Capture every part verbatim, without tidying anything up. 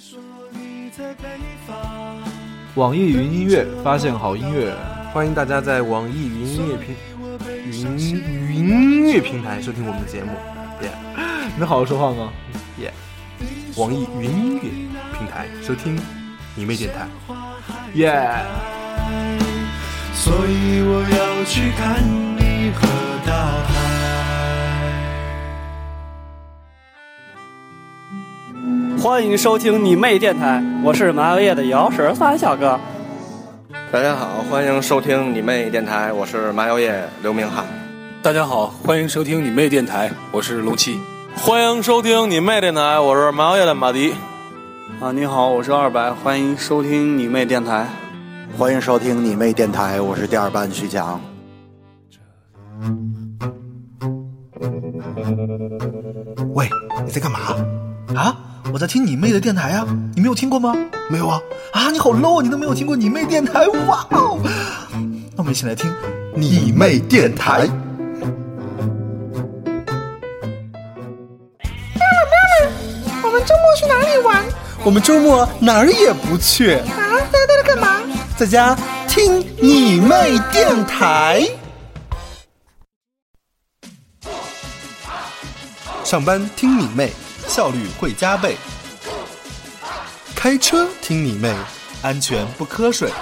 网易云音乐，发现好音乐。 欢迎大家在网易云音乐平云云音乐平台收听我们的节目。Yeah， 你能好好说话吗 ？Yeah， 网易云音乐平台收听你妹电台。 Yeah， 所以我要去看你和大海。 欢迎收听你妹电台，我是麻油叶的姚十三小哥。 大家好，欢迎收听你妹电台，我是麻油叶刘明翰。 大家好，欢迎收听你妹电台，我是龙七。 欢迎收听你妹电台，我是麻油叶的马迪。 啊，你好，我是二白，欢迎收听你妹电台。 欢迎收听你妹电台，我是第二班徐强。 喂，你在干嘛啊？我在听你妹的电台啊，你没有听过吗？没有啊？啊，你好 low， 你都没有听过你妹电台，哇哦！那我们一起来听你妹电台。 妈妈妈妈，我们周末去哪里玩？ 我们周末哪儿也不去啊，在在干嘛？ 在家听你妹电台。上班听你妹，效率会加倍；开车听你妹，安全不瞌睡；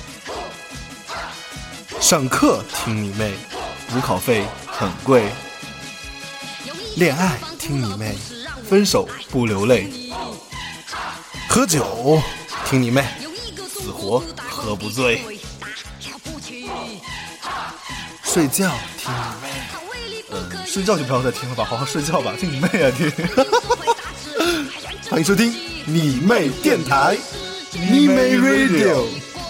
上课听你妹，补考费很贵；恋爱听你妹，分手不流泪；喝酒听你妹，死活喝不醉；睡觉听你妹。嗯，睡觉就不要再听了吧，好好睡觉吧，听你妹啊听！欢迎收听你妹电台，你妹 Radio。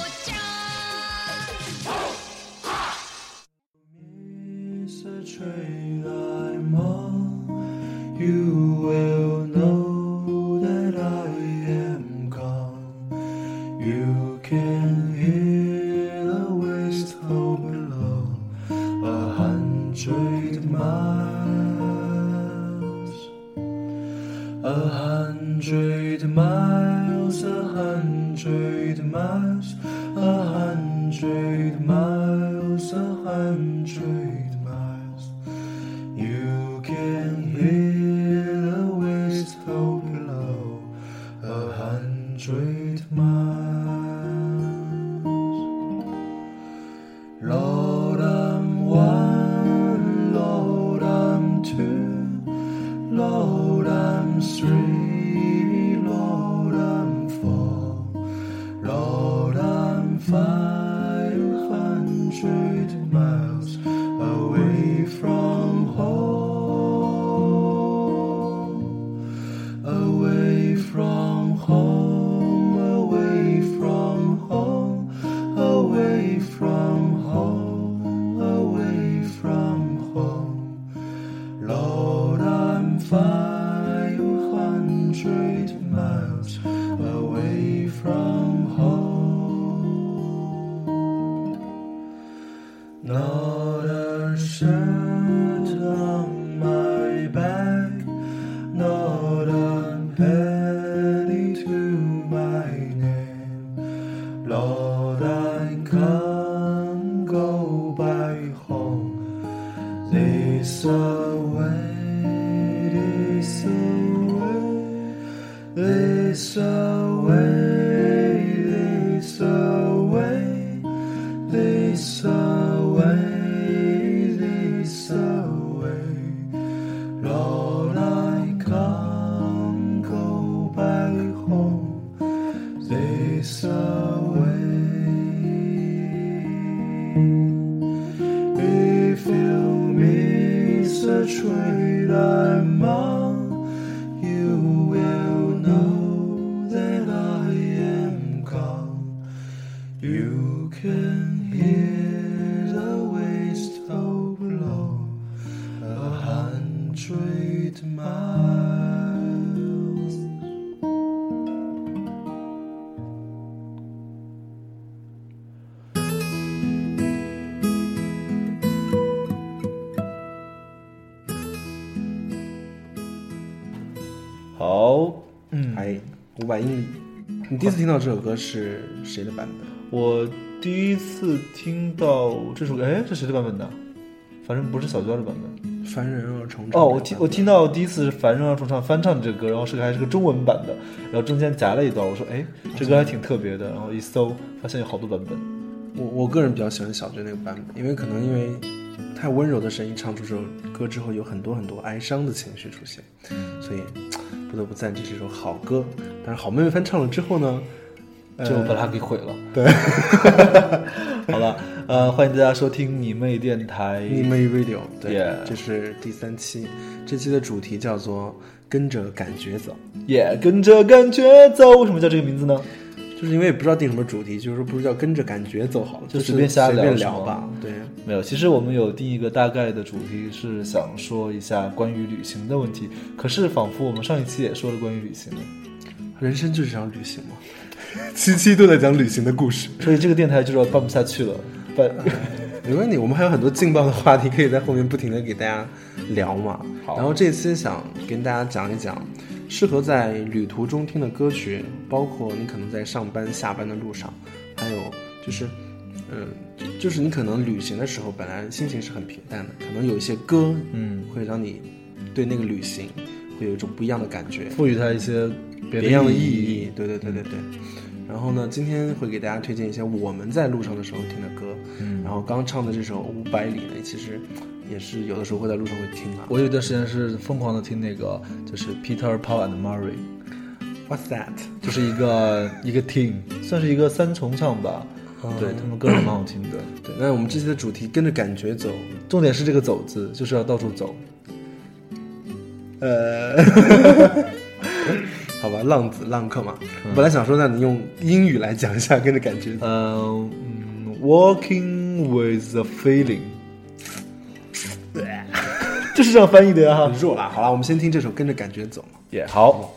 A hundred miles, a hundred miles, a hundred miles, a hundred miles. You can hear the whistle below. A hundred miles. Lord, I'm one. Lord, I'm two. Lord, I'm three, Lord, I'm four, Lord, I'm five hundred miles away from home, away from home, away from home, away from home, away from home, Lord, I'm five hundred miles away from home. Not a shirt on my back, not a penny to my name. Lord, I can't go back home this away. This away, this away, this away, this away, this away. Lord, I can't go back home this away. If you miss a train I'm on, you will know that I 五百英里。你第一次听到这首歌是谁的版本？ 我第一次听到这首歌，哎，这谁的版本的？反正不是小娇的版本， 凡人而重唱。 哦，我听我听到第一次是凡人而重唱翻唱这个歌，然后是个还是个中文版的，然后中间夹了一段，我说哎，这歌还挺特别的，然后一搜发现有好多版本。 我我个人比较喜欢小娟那个版本，因为可能因为太温柔的声音唱出这首歌之后，有很多很多哀伤的情绪出现，所以不得不赞这是一首好歌。但是好妹妹翻唱了之后呢， 就把它给毁了。 对， 好了，呃，欢迎大家收听你妹电台， 你妹 Radio， 对， yeah. 这是第三期，这期的主题叫做跟着感觉走， 耶、yeah, ，跟着感觉走。为什么叫这个名字呢？ 就是因为也不知道定什么主题，就是说不如叫跟着感觉走好了， 就随便瞎聊随便聊吧。对， 没有，其实我们有定一个大概的主题，是想说一下关于旅行的问题。可是仿佛我们上一期也说了关于旅行了， 人生就是场旅行嘛，七期都在讲旅行的故事， 所以这个电台就要办不下去了。办、呃、 没问题，我们还有很多劲爆的话题可以在后面不停的给大家聊嘛。然后这次想跟大家讲一讲适合在旅途中听的歌曲，包括你可能在上班下班的路上，还有就是嗯、呃，就是你可能旅行的时候本来心情是很平淡的，可能有一些歌嗯会让你对那个旅行会有一种不一样的感觉， 赋予它一些别的样的意义。对对对对对。然后呢，今天会给大家推荐一些我们在路上的时候听的歌。嗯，然后刚唱的这首《五百里》呢，其实也是有的时候会在路上会听啊。 我有一段时间是疯狂的听那个，就是 Peter Paul and Mary。What's that？ 就是一个一个 team， 算是一个三重唱吧。嗯、对，他们歌还蛮好听的。 对，那我们这期的主题跟着感觉走， 重点是这个走字，就是要到处走。 呃。好吧，浪子浪客嘛、嗯，我本来想说让你用英语来讲一下，跟着感觉。 嗯、uh, ，Walking with a feeling， 就是这样翻译的呀、啊， 很弱啦。好啦，我们先听这首《跟着感觉走》嘛。 也、yeah, 好。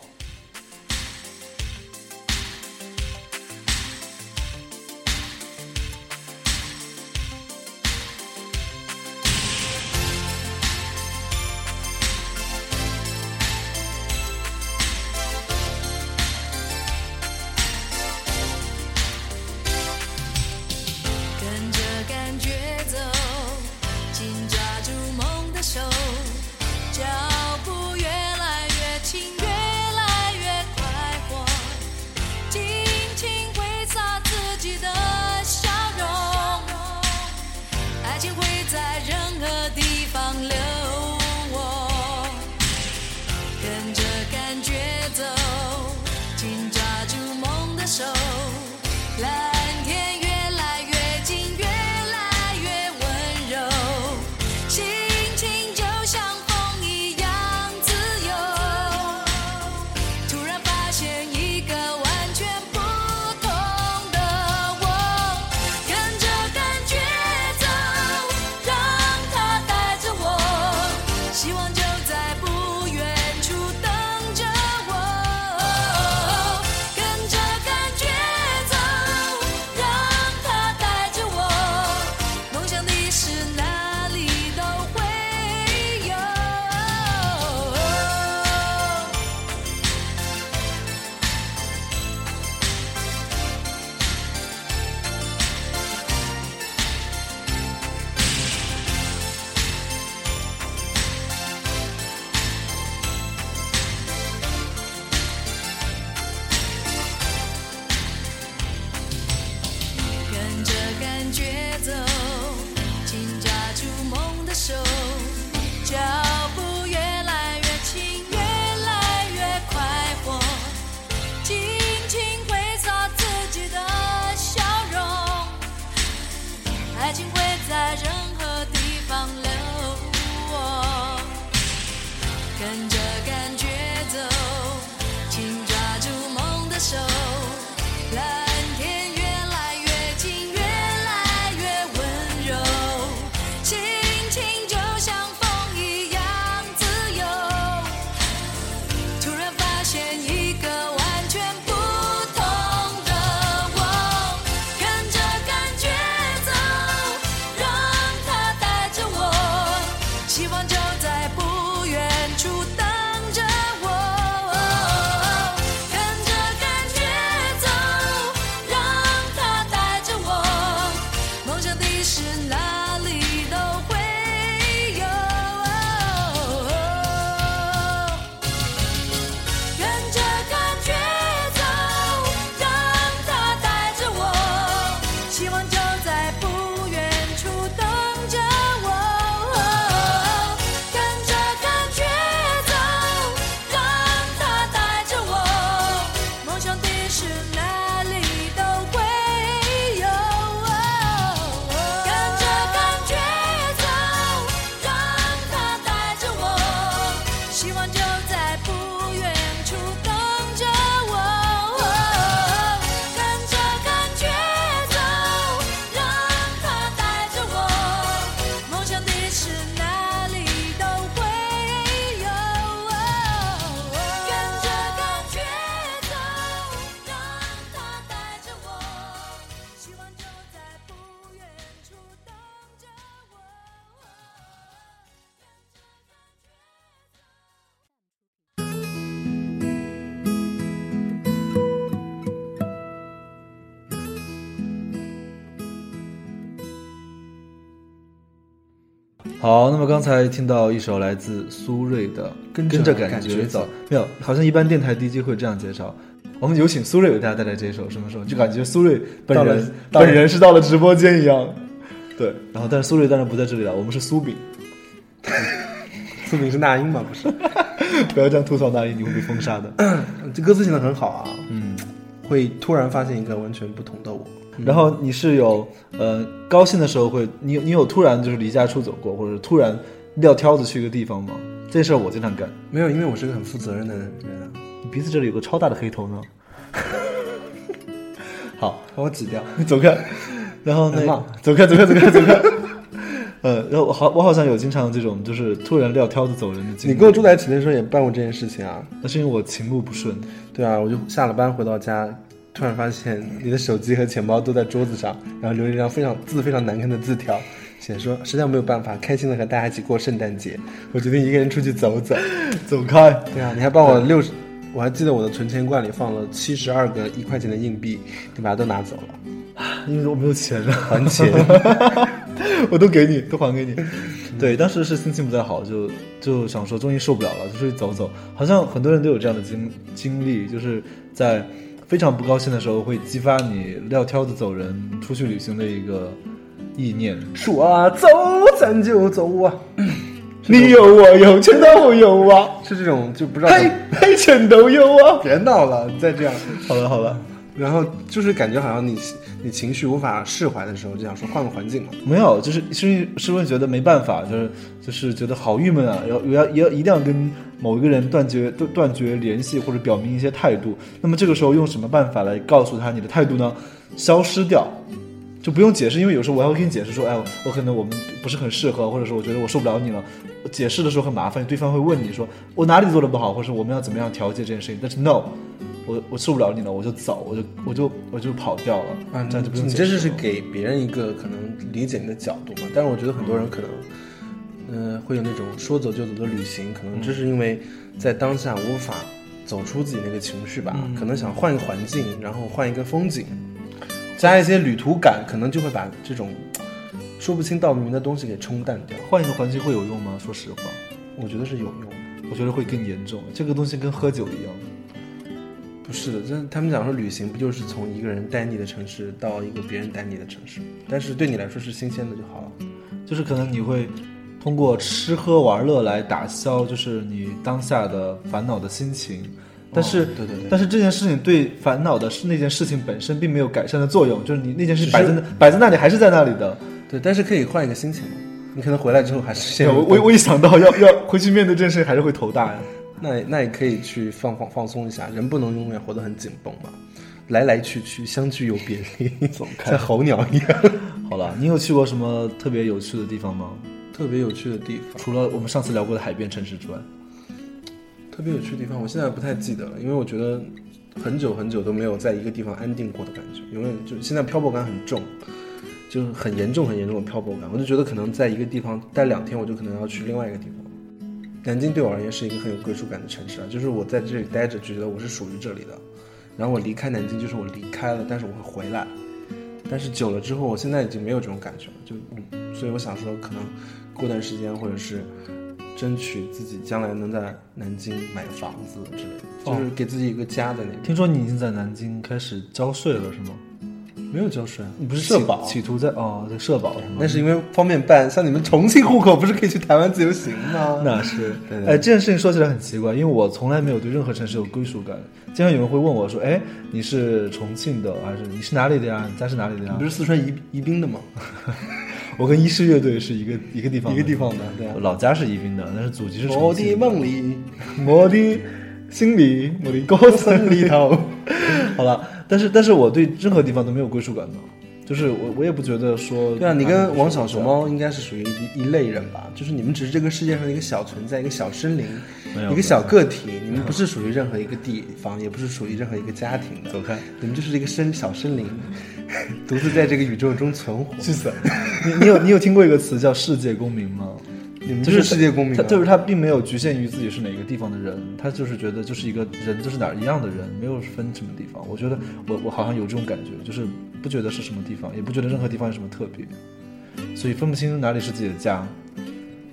不远处等着我，跟着好，那么刚才听到一首来自苏芮的《跟着感觉走》，没有，好像一般电台 D J 会这样介绍。我们有请苏芮为大家带来这一首，什么时候就感觉苏芮本人本人是到了直播间一样。对，然后但是苏芮当然不在这里了，我们是苏饼。 苏饼是那英吗？不是， 不要这样吐槽那英，你会被封杀的。 这歌词写得很好啊，嗯，会突然发现一个完全不同的我。 然后你是有呃高兴的时候会，你你有突然就是离家出走过，或者突然撂挑子去一个地方吗？这事儿我经常干。 没有，因为我是个很负责任的人。 你鼻子这里有个超大的黑头呢。好， 把我挤掉， 走开。然后那走开，走开，走开，走开。呃，然后我好，我好像有经常这种就是突然撂挑子走人的经历。 你跟我住在一起的时候也办过这件事情啊？ 那是因为我情路不顺。 对啊，我就下了班回到家。突然发现你的手机和钱包都在桌子上，然后留了一张非常字非常难看的字条，写说实在没有办法开心的和大家一起过圣诞节，我决定一个人出去走走。 走开。 对啊，你还帮我六十，我还记得我的存钱罐里放了七十二个一块钱的硬币，你把它都拿走了。 因为我没有钱了， 还钱。 我都给你，都还给你。对，当时是心情不太好，就就想说终于受不了了，就出去走走。好像很多人都有这样的经经历，就是在非常不高兴的时候会激发你撂挑子走人出去旅行的一个意念。 说啊走咱就走啊， 你有我有全都有啊， 是这种就不知道嘿嘿全都有啊。 别闹了，你再这样。 好了好了。 然后就是感觉好像你你情绪无法释怀的时候，就想说换个环境嘛。 没有，就是是是会觉得没办法，就是就是觉得好郁闷啊，要要要一定要跟某一个人断绝断断绝联系，或者表明一些态度。那么这个时候用什么办法来告诉他你的态度呢？消失掉，就不用解释，因为有时候我还会跟你解释说，哎，我可能我们不是很适合，或者说我觉得我受不了你了。解释的时候很麻烦，对方会问你说我哪里做的不好，或者我们要怎么样调节这件事情。但是 no。我我受不了你了，我就走，我就我就我就跑掉了啊！ 这样就不用你这是给别人一个可能理解你的角度嘛？但是我觉得很多人可能，嗯、呃，会有那种说走就走的旅行，可能这是因为在当下无法走出自己那个情绪吧，嗯、可能想换一个环境，然后换一个风景，加一些旅途感，可能就会把这种说不清道不明的东西给冲淡掉。 换一个环境会有用吗？说实话， 我觉得是有用， 我觉得会更严重。这个东西跟喝酒一样。 不是的，这他们讲说旅行不就是从一个人待腻的城市到一个别人待腻的城市，但是对你来说是新鲜的就好了。 就是可能你会通过吃喝玩乐来打消就是你当下的烦恼的心情，但是、哦、 对对对， 但是这件事情对烦恼的是那件事情本身并没有改善的作用，就是你那件事摆在摆在那里还是在那里的。 对，但是可以换一个心情嘛，你可能回来之后还是现在我我我一想到要要回去面对这件事情，还是会头大呀。 那那也可以去放放放松一下，人不能永远活得很紧绷嘛，来来去去，相聚又别离，总像候鸟一样。 好了，你有去过什么特别有趣的地方吗？ 特别有趣的地方， 除了我们上次聊过的海边城市之外， 特别有趣的地方，我现在不太记得了，因为我觉得很久很久都没有在一个地方安定过的感觉，永远就现在漂泊感很重，就是很严重很严重的漂泊感。我就觉得可能在一个地方待两天，我就可能要去另外一个地方。南京对我而言是一个很有归属感的城市啊，就是我在这里待着就觉得我是属于这里的，然后我离开南京就是我离开了，但是我会回来，但是久了之后我现在已经没有这种感觉了，就嗯，所以我想说可能过段时间或者是争取自己将来能在南京买房子之类的，就是给自己一个家在那边。 听说你已经在南京开始交税了是吗？ 没有交税， 你不是社保， 企图在哦，在社保是吗？ 那是因为方便办，像你们重庆户口不是可以去台湾自由行吗？ 那是，对对哎，这件事情说起来很奇怪，因为我从来没有对任何城市有归属感。经常有人会问我说：“哎，你是重庆的还是你是哪里的呀？你家是哪里的呀？” 你不是四川宜宜宾的吗？ 我跟医师乐队是一个一个地方一个地方的，对、啊， 老家是宜宾的，但是祖籍是重庆的。 我的梦里， 我的心里，我的歌声里头。好了，但是但是我对任何地方都没有归属感的。就是我，我也不觉得说， 对啊，你跟王小熊猫应该是属于一一类人吧？就是你们只是这个世界上的一个小存在，一个小生灵，一个小个体，你们不是属于任何一个地方，也不是属于任何一个家庭的。 走开， 你们就是一个生小生灵，独自在这个宇宙中存活。 去死！你你有你有听过一个词叫世界公民吗？ 你们就是世界公民、啊， 他就是他并没有局限于自己是哪个地方的人，他就是觉得就是一个人就是哪儿一样的人，没有分什么地方。我觉得我我好像有这种感觉，就是不觉得是什么地方，也不觉得任何地方有什么特别，所以分不清哪里是自己的家。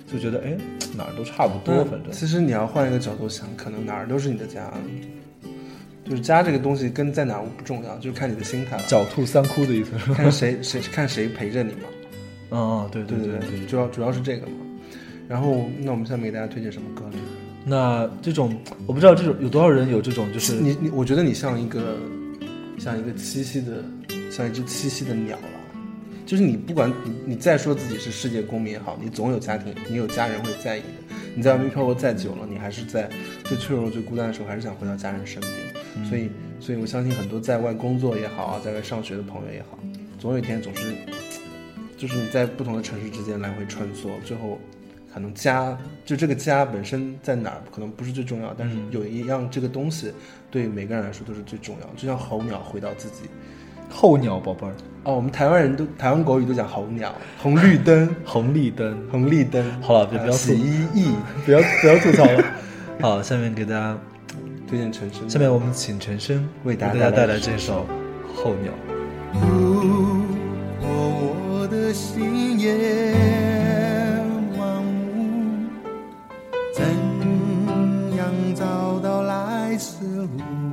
就觉得哎哪儿都差不多，反正其实你要换一个角度想，可能哪儿都是你的家，就是家这个东西跟在哪儿不重要，就是看你的心态了。 狡兔三窟的意思是吧？ 看谁谁看谁陪着你嘛。 嗯嗯，对对对对对，主要主要是这个嘛。然后那我们下面给大家推荐什么歌呢？ 那这种我不知道这种有多少人有这种，就是你你，我觉得你像一个像一个栖息的，像一只栖息的鸟了。就是你不管你你再说自己是世界公民也好，你总有家庭，你有家人会在意的。你在外面漂泊再久了，你还是在最脆弱、最孤单的时候，还是想回到家人身边。嗯、所以，所以我相信很多在外工作也好啊，在外上学的朋友也好，总有一天总是，就是你在不同的城市之间来回穿梭，最后。可能家就这个家本身在哪儿可能不是最重要，但是有一样这个东西对每个人来说都是最重要，就像候鸟回到自己。 候鸟宝贝儿哦，我们台湾人都台湾国语都讲候鸟，红绿灯， 红绿灯， 红绿灯。 好了，别不要洗衣液， 不要不要吐槽了。好，下面给大家推荐陈升。 下面我们请陈升为大家带来这首《候鸟》。 如果我的心也怎样找到来时路？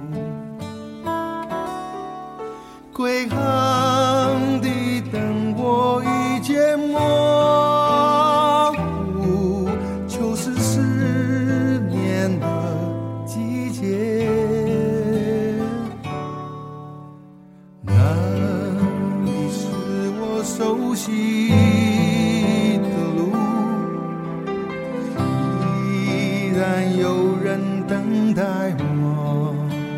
归航的灯火已渐模糊，就是思念的季节。那里是我熟悉的路，依然有人等待我。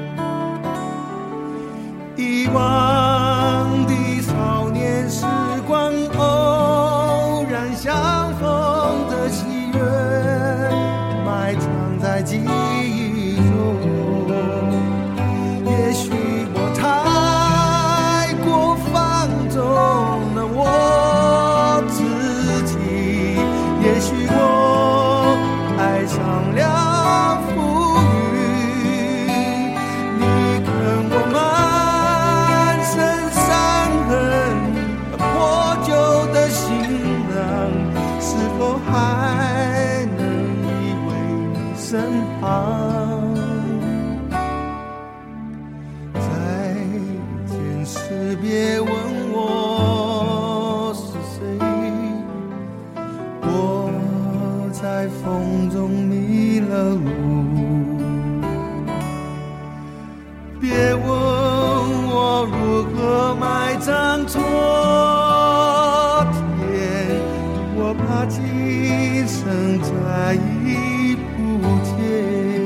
遗忘的少年时光，偶然相逢的喜悦，埋藏在记忆中。也许我太过放纵了我自己，也许我爱上了浮云。你跟我满身伤痕，破旧的行囊，是否还能依偎你身旁？再见时别问我是谁，我在风中迷了路。别问我如何埋葬昨天，我怕今生再已不见。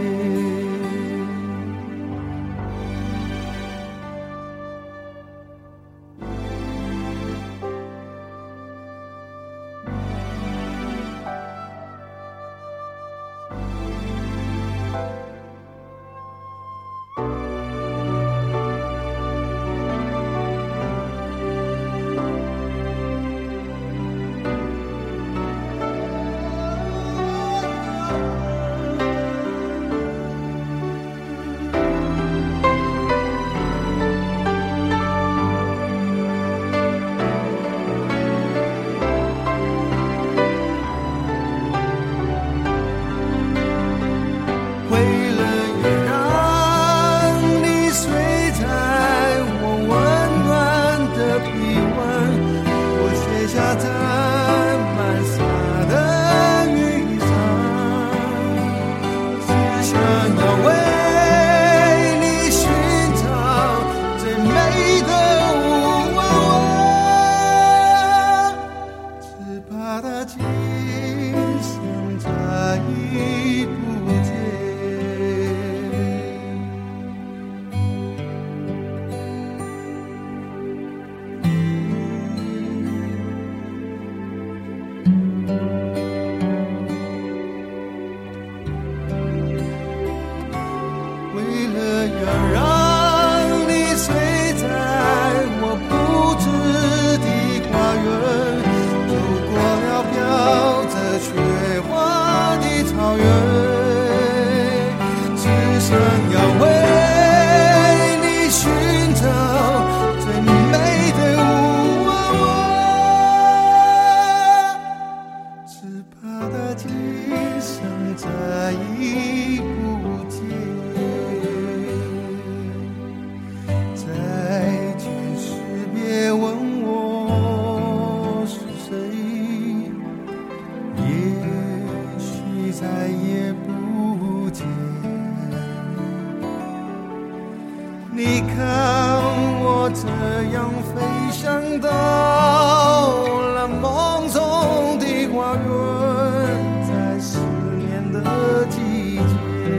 你看我这样飞翔到了梦中的花园，在思念的季节。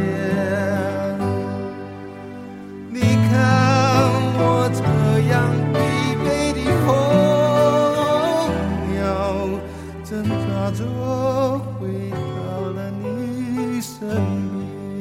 你看我这样疲惫的候鸟，挣扎着回到了你身边。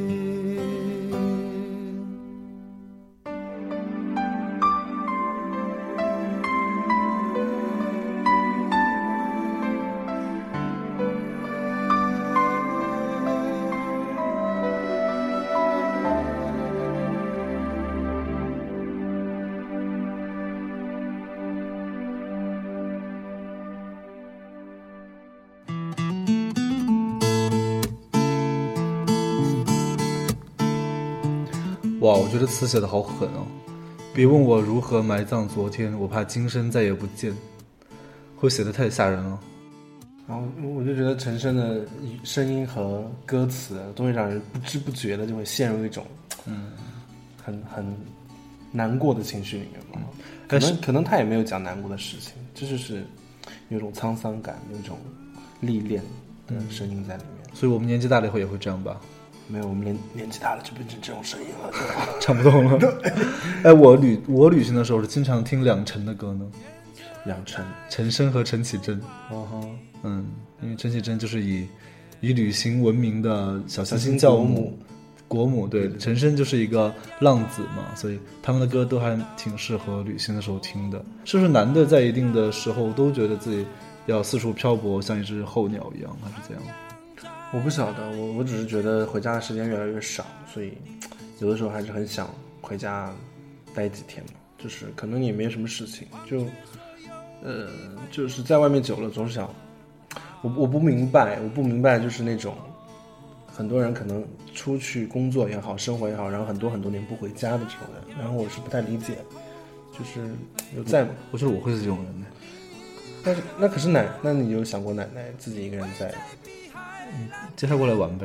哇，我觉得词写的好狠哦！别问我如何埋葬昨天，我怕今生再也不见。会写的太吓人了。 然后我就觉得陈升的声音和歌词都会让人不知不觉的就会陷入一种嗯很很难过的情绪里面吧。可能可能他也没有讲难过的事情，这就是有一种沧桑感，有一种历练的声音在里面。 所以我们年纪大了以后也会这样吧？ 没有，我们年年纪大了就变成这种声音了， 唱不动了。哎，我旅我旅行的时候是经常听两陈的歌呢。 两陈， 陈升和陈绮贞。 哦哈， 嗯，因为陈绮贞就是以以旅行闻名的小星星教母。国母对，陈升就是一个浪子嘛，所以他们的歌都还挺适合旅行的时候听的。是不是男的在一定的时候都觉得自己要四处漂泊，像一只候鸟一样，还是这样？ 我不晓得，我我只是觉得回家的时间越来越少，所以有的时候还是很想回家待几天嘛。就是可能也没什么事情，就呃，就是在外面久了，总是想，我我不明白，我不明白，就是那种很多人可能出去工作也好，生活也好，然后很多很多年不回家的这种人，然后我是不太理解，就是有在， 我觉得我会是这种人呢。 但是那可是奶，那你有想过奶奶自己一个人在？ 嗯，介绍过来玩呗。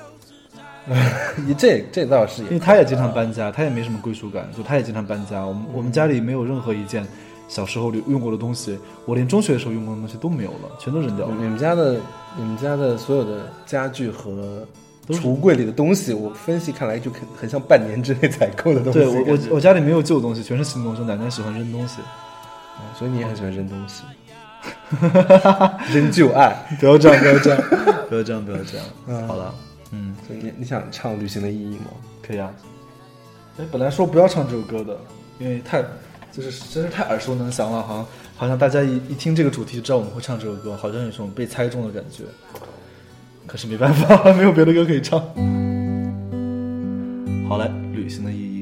这这倒是， 因为他也经常搬家，他也没什么归属感，就他也经常搬家。我们、嗯、我们家里没有任何一件小时候用过的东西，我连中学的时候用过的东西都没有了，全都扔掉了。 你们家的你们家的所有的家具和橱柜里的东西，我分析看来就很很像半年之内采购的东西。 对，我我我家里没有旧东西，全是新东西。奶奶喜欢扔东西， 嗯、所以你也很喜欢扔东西。扔旧爱， 不要这样，不要这样，不要这样，不要这样。嗯、好了，嗯， 所以你你想唱《旅行的意义》吗？ 可以啊。哎，本来说不要唱这首歌的，因为太就是真是太耳熟能详了，好像好像大家一一听这个主题就知道我们会唱这首歌，好像有种被猜中的感觉。可是没办法，没有别的歌可以唱。好嘞，《旅行的意义》。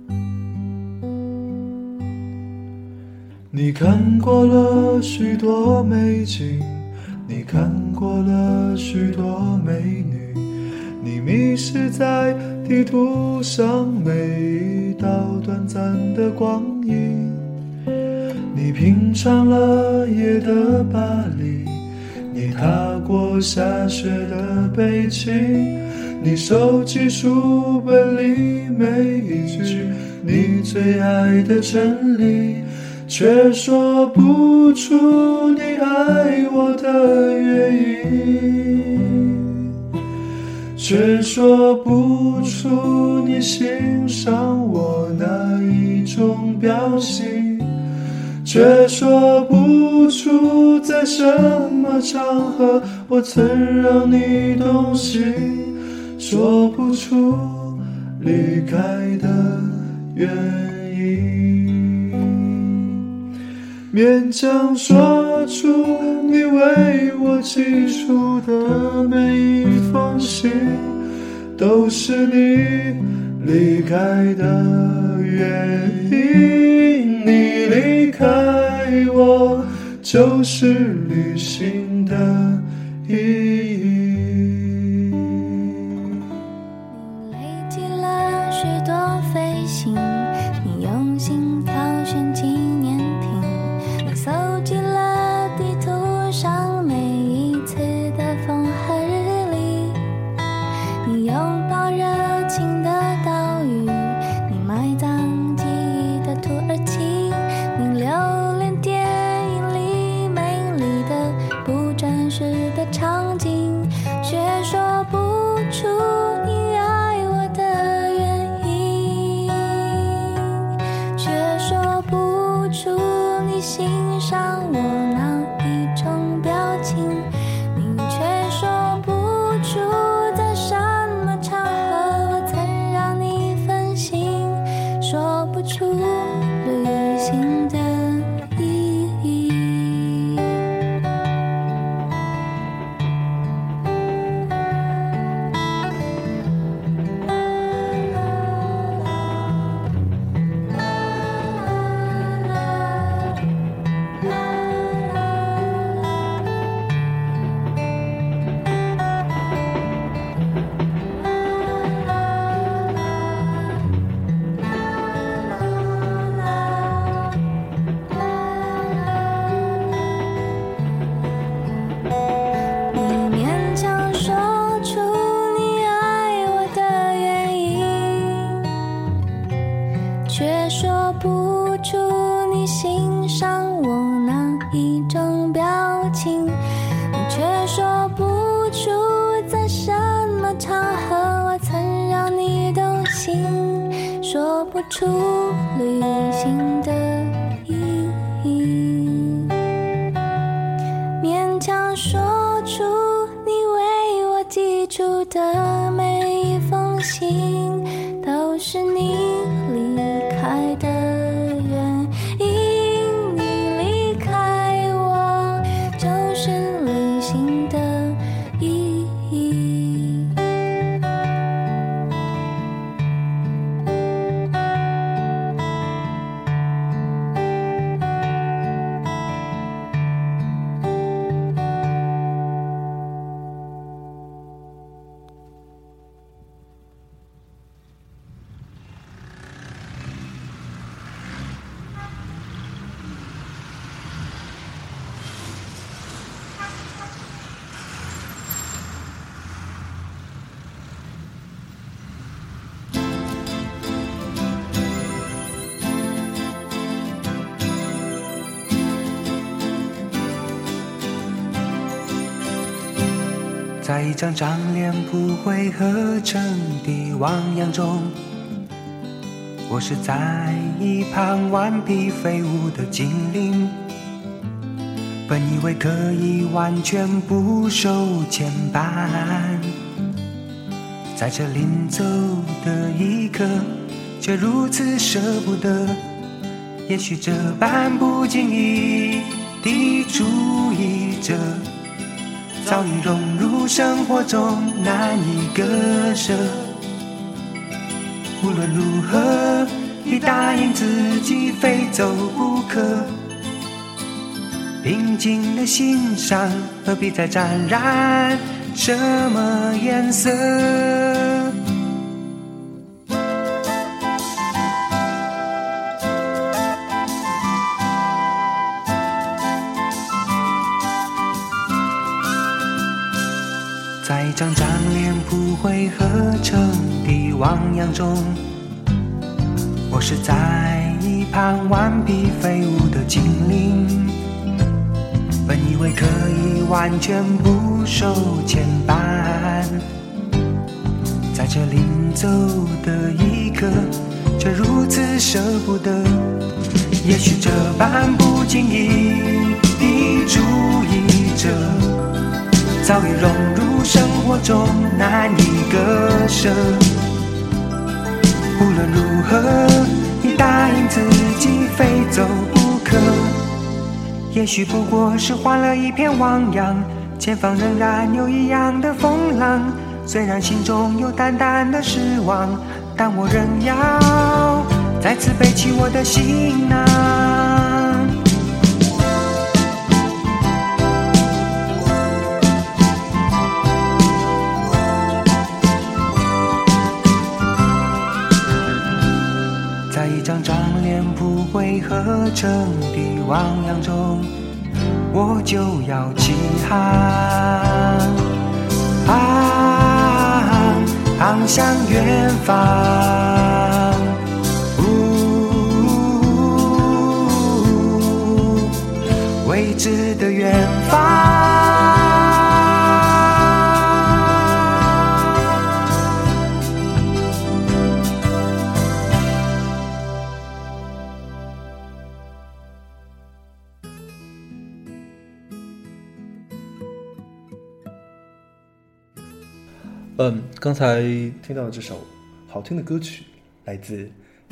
你看过了许多美景，你看过了许多美女，你迷失在地图上每一道短暂的光阴，你品尝了夜的巴黎，你踏过下雪的北京，你收集书本里每一句你最爱的真理，却说不出你爱我的原因，却说不出你欣赏我哪一种表情，却说不出在什么场合我曾让你动心，说不出离开的原因，勉强说出你为我寄出的每一封信，都是你离开的原因，你离开我就是旅行的意义。 你累积了许多飞行，你用心挑选纪念品，你搜集了地图上每一次的风和日丽，你拥抱热情的岛屿，你埋葬记说不出旅行的意义。却说不出你欣赏我哪一种表情，你却说不出在什么场合我曾让你动心，说不出旅行的意义，勉强说出你为我寄出的每一封信都是你离开的原因，你离开我就是旅行的意义。 在一张张脸不会合成的汪洋中，我是在一旁顽皮飞舞的精灵，本以为可以完全不受牵绊，在这临走的一刻却如此舍不得，也许这般不经意地注意着早已融入生活中难以割舍，无论如何已答应自己非走不可，平静的欣赏何必再沾染什么颜色。在一张张脸不会合成的汪洋中，我是在一旁顽皮飞舞的精灵，本以为可以完全不受牵绊，在这临走的一刻却如此舍不得，也许这般不经意地注意着早已融入生活中难以割舍，无论如何已答应自己非走不可，也许不过是换了一片汪洋，前方仍然有一样的风浪，虽然心中有淡淡的失望，但我仍要再次背起我的行囊。在一张张脸不会合成的汪洋中，我就要起航，航航向远方，未知的远方。 嗯，刚才听到这首好听的歌曲，来自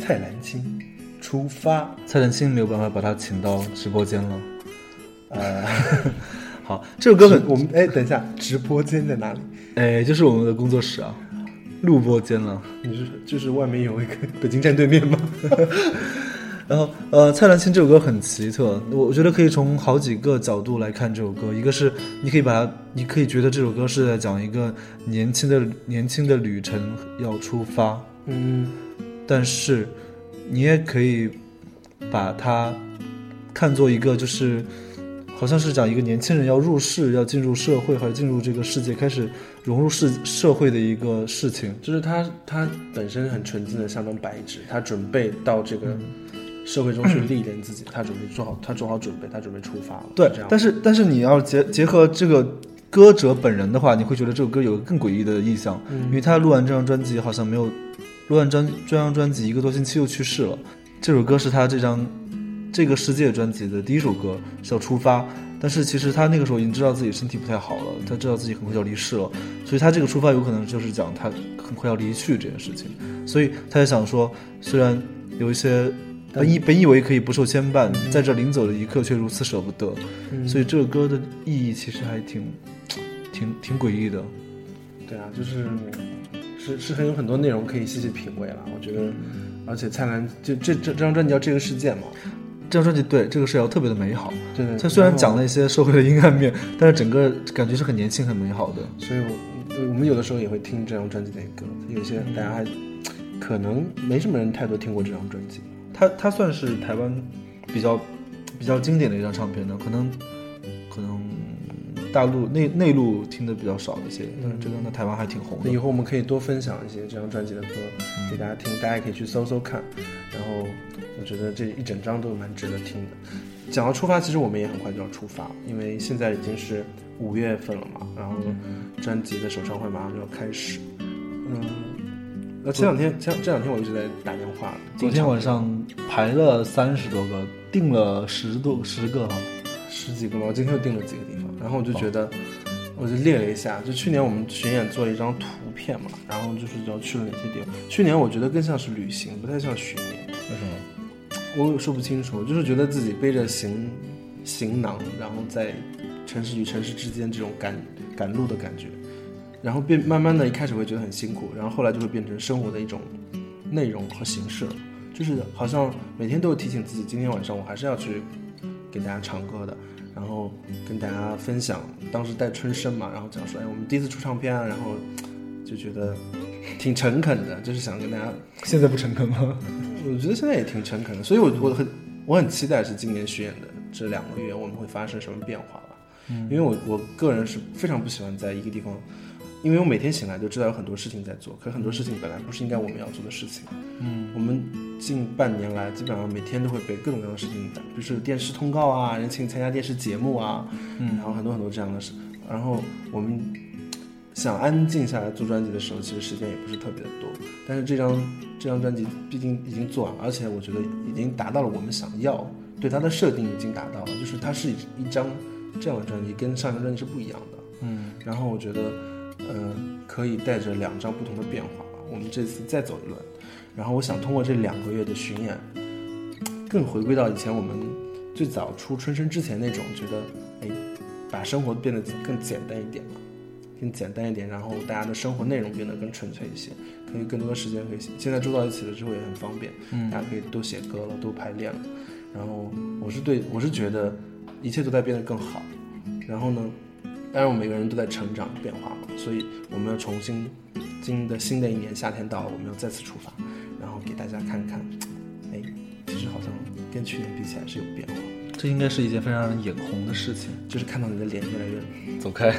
蔡澜清出发。 蔡澜清没有办法把他请到直播间了。呃，好，这首歌很我们哎，等一下，直播间在哪里？ 哎，就是我们的工作室啊，录播间了。 你是就是外面有一个北京站对面吗？ 然后呃，蔡澜清这首歌很奇特，我我觉得可以从好几个角度来看这首歌。一个是你可以把它，你可以觉得这首歌是在讲一个年轻的年轻的旅程要出发， 嗯， 但是你也可以把它看作一个就是好像是讲一个年轻人要入世，要进入社会，或者进入这个世界，开始融入世社会的一个事情。 就是他他本身很纯净的像张白纸，他准备到这个社会中去历练自己，他准备做好，他做好准备，他准备出发了。 对，但是但是你要结结合这个歌者本人的话，你会觉得这首歌有个更诡异的意象， 嗯、 因为他录完这张专辑好像没有录完专这张专辑一个多星期又去世了。这首歌是他这张这个世界专辑的第一首歌，叫出发。但是其实他那个时候已经知道自己身体不太好了，他知道自己很快要离世了，所以他这个出发有可能就是讲他很快要离去这件事情。所以他在想说，虽然有一些本以本以为可以不受牵绊，嗯、在这临走的一刻却如此舍不得，嗯、所以这个歌的意义其实还挺挺挺诡异的。 对啊，就是是是很有很多内容可以细细品味了，我觉得。而且蔡澜就这这这张专辑叫《这个世界》嘛。 这张专辑对这个世界特别的美好， 对对， 它虽然讲了一些社会的阴暗面，但是整个感觉是很年轻很美好的。 所以我我们有的时候也会听这张专辑的歌，有些大家还可能没什么人太多听过这张专辑。 它它算是台湾比较比较经典的一张唱片呢，可能可能大陆内内陆听的比较少一些，但是这个在台湾还挺红的。 以后我们可以多分享一些这张专辑的歌给大家听，大家也可以去搜搜看，然后。我觉得这一整张都蛮值得听的。讲到出发，其实我们也很快就要出发，因为现在已经是五月份了嘛，然后专辑的首唱会马上就要开始。嗯，那前两天前这两天我一直在打电话， 昨天晚上排了三十多个，订了十多十个哈， 十几个吧。我今天又订了几个地方，然后我就觉得，我就列了一下，就去年我们巡演做了一张图片嘛，然后就是要去了哪些地方。去年我觉得更像是旅行，不太像巡演。 为什么？ 我也说不清楚，就是觉得自己背着行行囊，然后在城市与城市之间这种赶赶路的感觉，然后变慢慢的一开始会觉得很辛苦，然后后来就会变成生活的一种内容和形式了，就是好像每天都有提醒自己，今天晚上我还是要去给大家唱歌的，然后跟大家分享，当时带春生嘛，然后讲说，哎，我们第一次出唱片啊，然后就觉得挺诚恳的，就是想跟大家。 现在不诚恳吗？ 我觉得现在也挺诚恳的，所以我我很我很期待是今年巡演的这两个月我们会发生什么变化吧。嗯，因为我我个人是非常不喜欢在一个地方，因为我每天醒来就知道有很多事情在做，可是很多事情本来不是应该我们要做的事情。嗯，我们近半年来基本上每天都会被各种各样的事情，比如说电视通告啊，人请参加电视节目啊，嗯，然后很多很多这样的事，然后我们想安静下来做专辑的时候，其实时间也不是特别的多。但是这张这张专辑毕竟已经做完了，而且我觉得已经达到了我们想要对它的设定，已经达到了，就是它是一张这样的专辑，跟上一张专辑是不一样的。嗯，然后我觉得，呃，可以带着两张不同的变化吧。我们这次再走一轮，然后我想通过这两个月的巡演，更回归到以前我们最早出春生之前那种觉得，哎，把生活变得更简单一点嘛。更简单一点，然后大家的生活内容变得更纯粹一些，可以更多的时间可以写。现在住到一起了之后也很方便，嗯，大家可以多写歌了，多排练了。然后我是对我是觉得一切都在变得更好。然后呢，当然我们每个人都在成长变化嘛，所以我们要重新，今的新的一年夏天到了，我们要再次出发，然后给大家看看，哎，其实好像跟去年比起来是有变化。 这应该是一件非常让人眼红的事情， 就是看到你的脸越来越走开。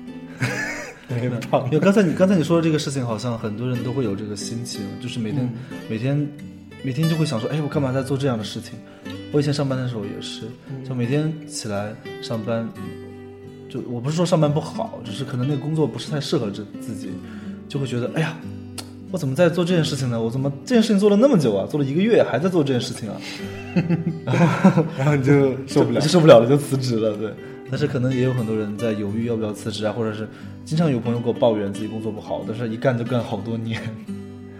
因为刚才你刚才你说的这个事情，好像很多人都会有这个心情，就是每天、嗯、每天每天就会想说，哎，我干嘛在做这样的事情？我以前上班的时候也是，就每天起来上班，就我不是说上班不好，只是可能那个工作不是太适合自自己，就会觉得，哎呀，我怎么在做这件事情呢？我怎么这件事情做了那么久啊？做了一个月还在做这件事情啊？然后然后你就受不了， 就受不了了，就辞职了，对。但是可能也有很多人在犹豫要不要辞职啊，或者是经常有朋友给我抱怨自己工作不好，但是一干就干好多年。嗯、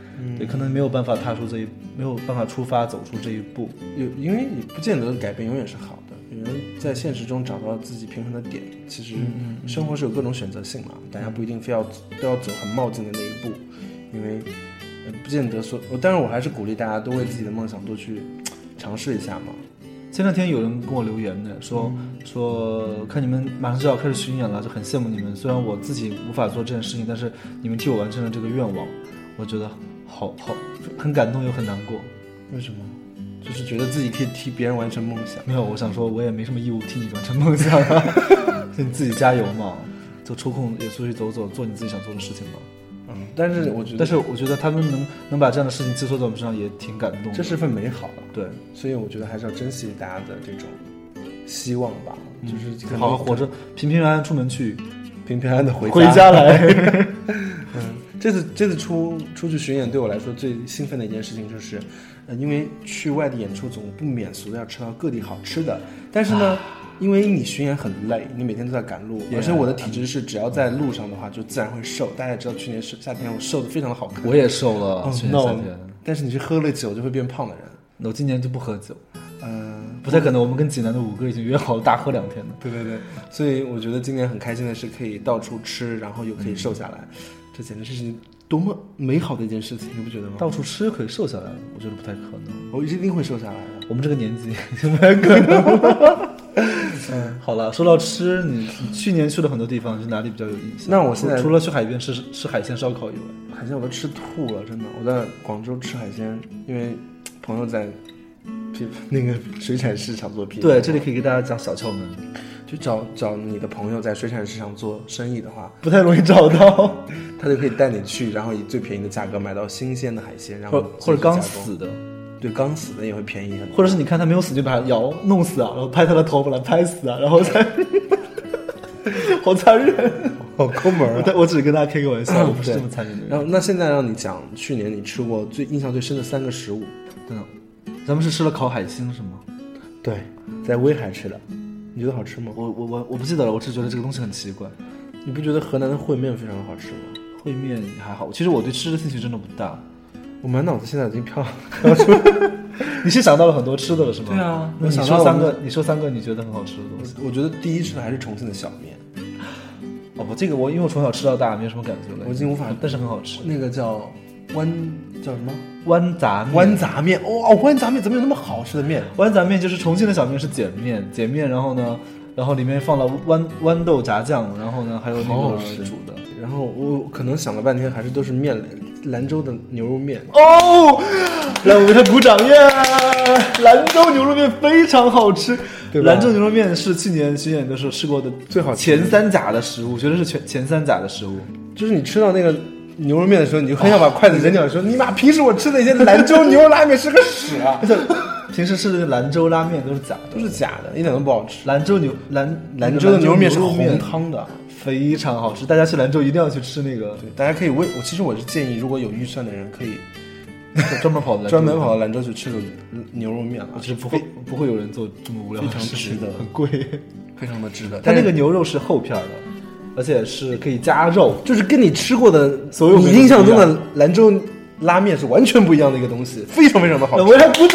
也可能没有办法踏出这一，没有办法出发走出这一步。 有因为你不见得改变永远是好的，有人在现实中找到自己平衡的点。其实生活是有各种选择性嘛，大家不一定非要都要走很冒进的那一步，因为不见得说。当然，我还是鼓励大家都为自己的梦想多去尝试一下嘛。 前两天有人跟我留言呢，说、嗯、说看你们马上就要开始巡演了，就很羡慕你们。虽然我自己无法做这件事情，但是你们替我完成了这个愿望，我觉得好好很感动又很难过。 为什么？就是觉得自己可以替别人完成梦想。 没有，我想说我也没什么义务替你完成梦想啊，就你自己加油嘛，就抽空也出去走走，做你自己想做的事情嘛。 嗯，但是我觉得， 但是我觉得他们能能把这样的事情寄托在我们身上，也挺感动的。 这是份美好了， 对， 所以我觉得还是要珍惜大家的这种希望吧，嗯、就是好好活着，平平安安出门去， 平平安安的回家回家来。 嗯，这次这次出出去巡演，对我来说最兴奋的一件事情就是，呃，因为去外地演出总不免俗的要吃到各地好吃的，但是呢。啊因为你巡演很累，你每天都在赶路， yeah, 而且我的体质是只要在路上的话就自然会瘦。大家也知道去年夏天我瘦的非常的好看， 我也瘦了、哦、去年夏天、no, 但是你是喝了酒就会变胖的人。 我今年就不喝酒，嗯、呃，不太可能。我们跟济南的五个已经约好了大喝两天了。 对对对，所以我觉得今年很开心的是可以到处吃，然后又可以瘦下来，嗯、这简直是多么美好的一件事情，你不觉得吗？ 到处吃可以瘦下来，我觉得不太可能。 我一定会瘦下来的， 我们这个年纪不太可能。嗯，好了，说到吃，你你去年去了很多地方，是哪里比较有印象？ 那我现在除了去海边吃吃海鲜烧烤以外， 海鲜我都吃吐了，真的。我在广州吃海鲜，因为朋友在那个水产市场做批发。 对，这里可以给大家讲小窍门， 就找找你的朋友在水产市场做生意的话， 不太容易找到， 他就可以带你去，然后以最便宜的价格买到新鲜的海鲜，然后或者刚死的。 对，刚死的也会便宜很多， 或者是你看他没有死就把他摇弄死啊，然后拍他的头把他拍死啊，然后再好残忍， 好抠门啊！ 我只是跟大家开个玩笑，我不是这么残忍的人。 然后那现在让你讲去年你吃过最印象最深的三个食物。 等等，咱们是吃了烤海星是吗？ 对，在威海吃的。你觉得好吃吗？ 我我我我不记得了，我只是觉得这个东西很奇怪。 你不觉得河南的烩面非常好吃吗？ 烩面还好，其实我对吃的兴趣真的不大。 我满脑子现在已经飘飘出， 你是想到了很多吃的了是吗？ 对啊， 那你说三个，你说三个你觉得很好吃的东西。 我觉得第一吃的还是重庆的小面。 哦不，这个我因为我从小吃到大，没有什么感觉了。 我已经无法， 但是很好吃。 那个叫湾叫什么？ 湾杂面。 湾杂面哦，湾杂面怎么有那么好吃的面？ 湾杂面就是重庆的小面是碱面，碱面，然后呢，然后里面放了豌豌豆炸酱，然后呢还有那个煮的。 然后我可能想了半天，还是都是面。兰州的牛肉面哦，来我给他鼓掌耶！兰州牛肉面非常好吃，对吧？兰州牛肉面是去年巡演的时候吃过的最好前三甲的食物，绝对是前前三甲的食物。 就是你吃到那个牛肉面的时候，你就很想把筷子扔掉，说你妈平时我吃的一些兰州牛肉拉面是个屎啊！ 平时吃的兰州拉面都是假的， 都是假的，一点都不好吃。 兰州牛兰兰州的牛肉面是红汤的。 非常好吃，大家去兰州一定要去吃那个。 对，大家可以为我，其实我是建议，如果有预算的人，可以专门跑到专门跑到兰州去吃个牛肉面啊。 就是不会不会有人做这么无聊的事情， 非常值得， 很贵， 非常的值得。 它那个牛肉是厚片的，而且是可以加肉， 就是跟你吃过的所有你印象中的兰州拉面是完全不一样的一个东西，非常非常的好吃。 我要鼓掌。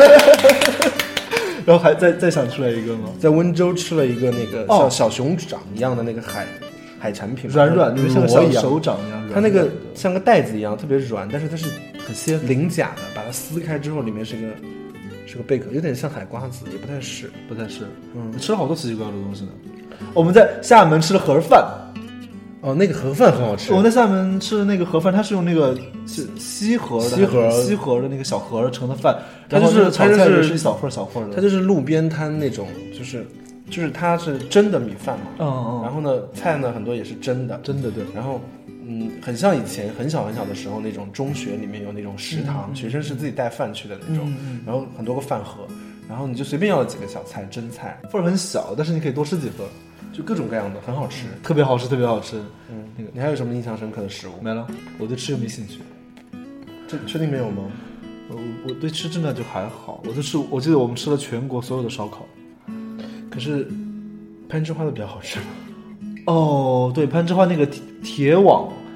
然后还再再想出来一个吗？ 在温州吃了一个那个像小熊掌一样的那个海、哦、海产品， 软软，像个小手掌一样软。 它那个像个袋子一样，特别软，但是它是很鲜菱甲的，把它撕开之后，里面是个是个贝壳，有点像海瓜子，也不太是， 不太是。嗯，吃了好多奇奇怪怪的东西呢。我们在厦门吃了盒饭。 哦，那个盒饭很好吃。 我在厦门吃的那个盒饭，它是用那个锡盒的， 锡盒锡盒的那个小盒盛的饭， 它就是炒菜也是一小份小份的， 它就是路边摊那种，就是就是它是蒸的米饭嘛， 嗯嗯， 然后呢菜呢很多也是蒸的， 蒸的对， 然后嗯，很像以前很小很小的时候那种中学里面有那种食堂，嗯、学生是自己带饭去的那种， 嗯、 然后很多个饭盒，然后你就随便要了几个小菜蒸菜， 份很小，但是你可以多吃几份。 就各种各样的，很好吃， 特别好吃，特别好吃。 嗯，那个你还有什么印象深刻的食物？ 没了，我对吃又没兴趣。 这确定没有吗？ 我我对吃真的就还好，我就吃，我记得我们吃了全国所有的烧烤。 可是潘之花的比较好吃吗？ 哦，对，潘之花那个铁网，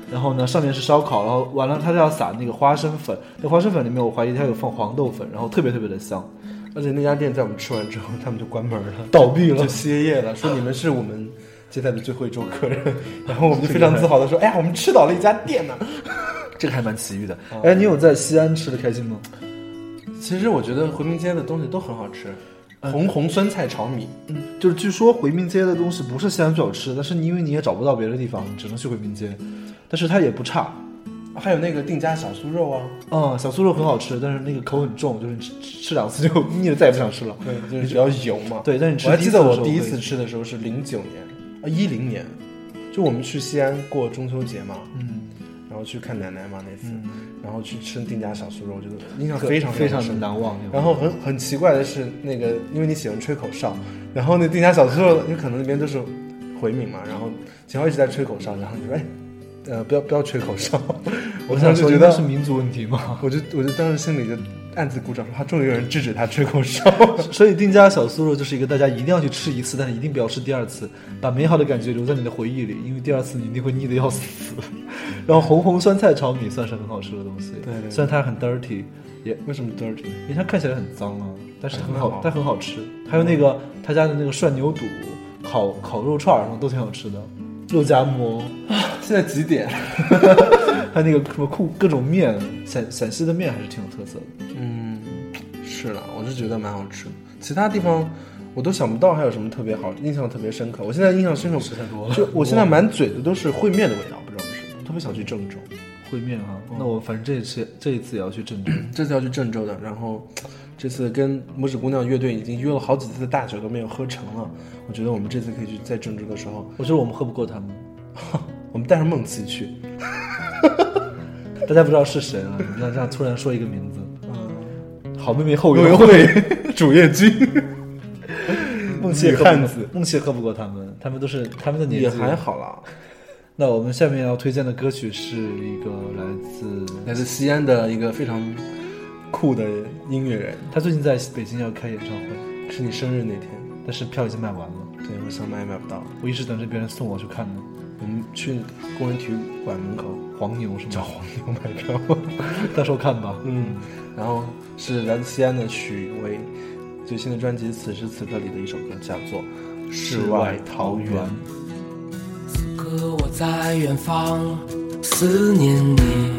然后呢上面是烧烤，然后完了它就要撒那个花生粉，那花生粉里面我怀疑它有放黄豆粉，然后特别特别的香。 而且那家店在我们吃完之后他们就关门了， 倒闭了， 就歇业了，说你们是我们接待的最后一桌客人。然后我们就非常自豪的说，哎呀我们吃倒了一家店呢、啊。 这个还蛮奇遇的。哎，你有在西安吃的开心吗？ 其实我觉得回民街的东西都很好吃，红红酸菜炒米， 嗯，就是据说回民街的东西不是西安最好吃的，但是因为你也找不到别的地方，你只能去回民街，但是它也不差。 还有那个定家小酥肉啊， 嗯，小酥肉很好吃，但是那个口很重，就是你吃吃两次就腻了，再也不想吃了。 对，就是比较油嘛。 对，但你吃我还记得我第一次吃的时候是零九年啊一零年，就我们去西安过中秋节嘛， 嗯， 然后去看奶奶嘛那次， 嗯、 然后去吃定家小酥肉，我觉得印象非常非常的难忘。 然后很很奇怪的是，那个因为你喜欢吹口哨，然后那定家小酥肉，因为可能那边都是回民嘛，然后秦昊一直在吹口哨，然后你说哎。呃，不要不要吹口哨！我当时觉得是民族问题嘛， 我就我就当时心里就暗自鼓掌，说他终于有人制止他吹口哨。 所以定家小酥肉就是一个大家一定要去吃一次，但是一定不要吃第二次，把美好的感觉留在你的回忆里，因为第二次你一定会腻得要死。然后红红酸菜炒米算是很好吃的东西， 对 对, 对， 虽然它很 dirty， 也为什么 dirty？ 因为它看起来很脏啊，但是很好，但很好吃。还有那个他家的那个涮牛肚、烤烤肉串什么都挺好吃的。肉夹馍， 现在几点？ 还有那个什么酷各种面，陕陕西的面还是挺有特色的。 嗯，是了，我是觉得蛮好吃的。其他地方我都想不到还有什么特别好，印象特别深刻。我现在印象深刻吃太多了， 就我现在满嘴的都是烩面的味道，不知道为什么，特别想去郑州。 烩面啊，嗯、那我反正这一次这一次也要去郑州， 这次要去郑州的。然后这次跟拇指姑娘乐队已经约了好几次的大酒都没有喝成了。我觉得我们这次可以去在郑州的时候， 我觉得我们喝不过他们， 我们带上梦琪去。 大家不知道是谁啊？你看这样突然说一个名字， 嗯， 好妹妹后援会主页君， 梦琪汉子，梦琪喝不过他们，他们都是他们的年纪也还好啦。 那我们下面要推荐的歌曲是一个来自来自西安的一个非常酷的音乐人， 他最近在北京要开演唱会， 是你生日那天。 但是票已经卖完了， 对，我想买也买不到， 我一直等着别人送我去看呢。 我们去工人体育馆门口， 黄牛是吗？ 找黄牛买票， 到时候看吧。 嗯，然后是来自西安的许巍最新的专辑《此时此刻》里的一首歌，叫做《世外桃源》。 此刻我在远方思念你，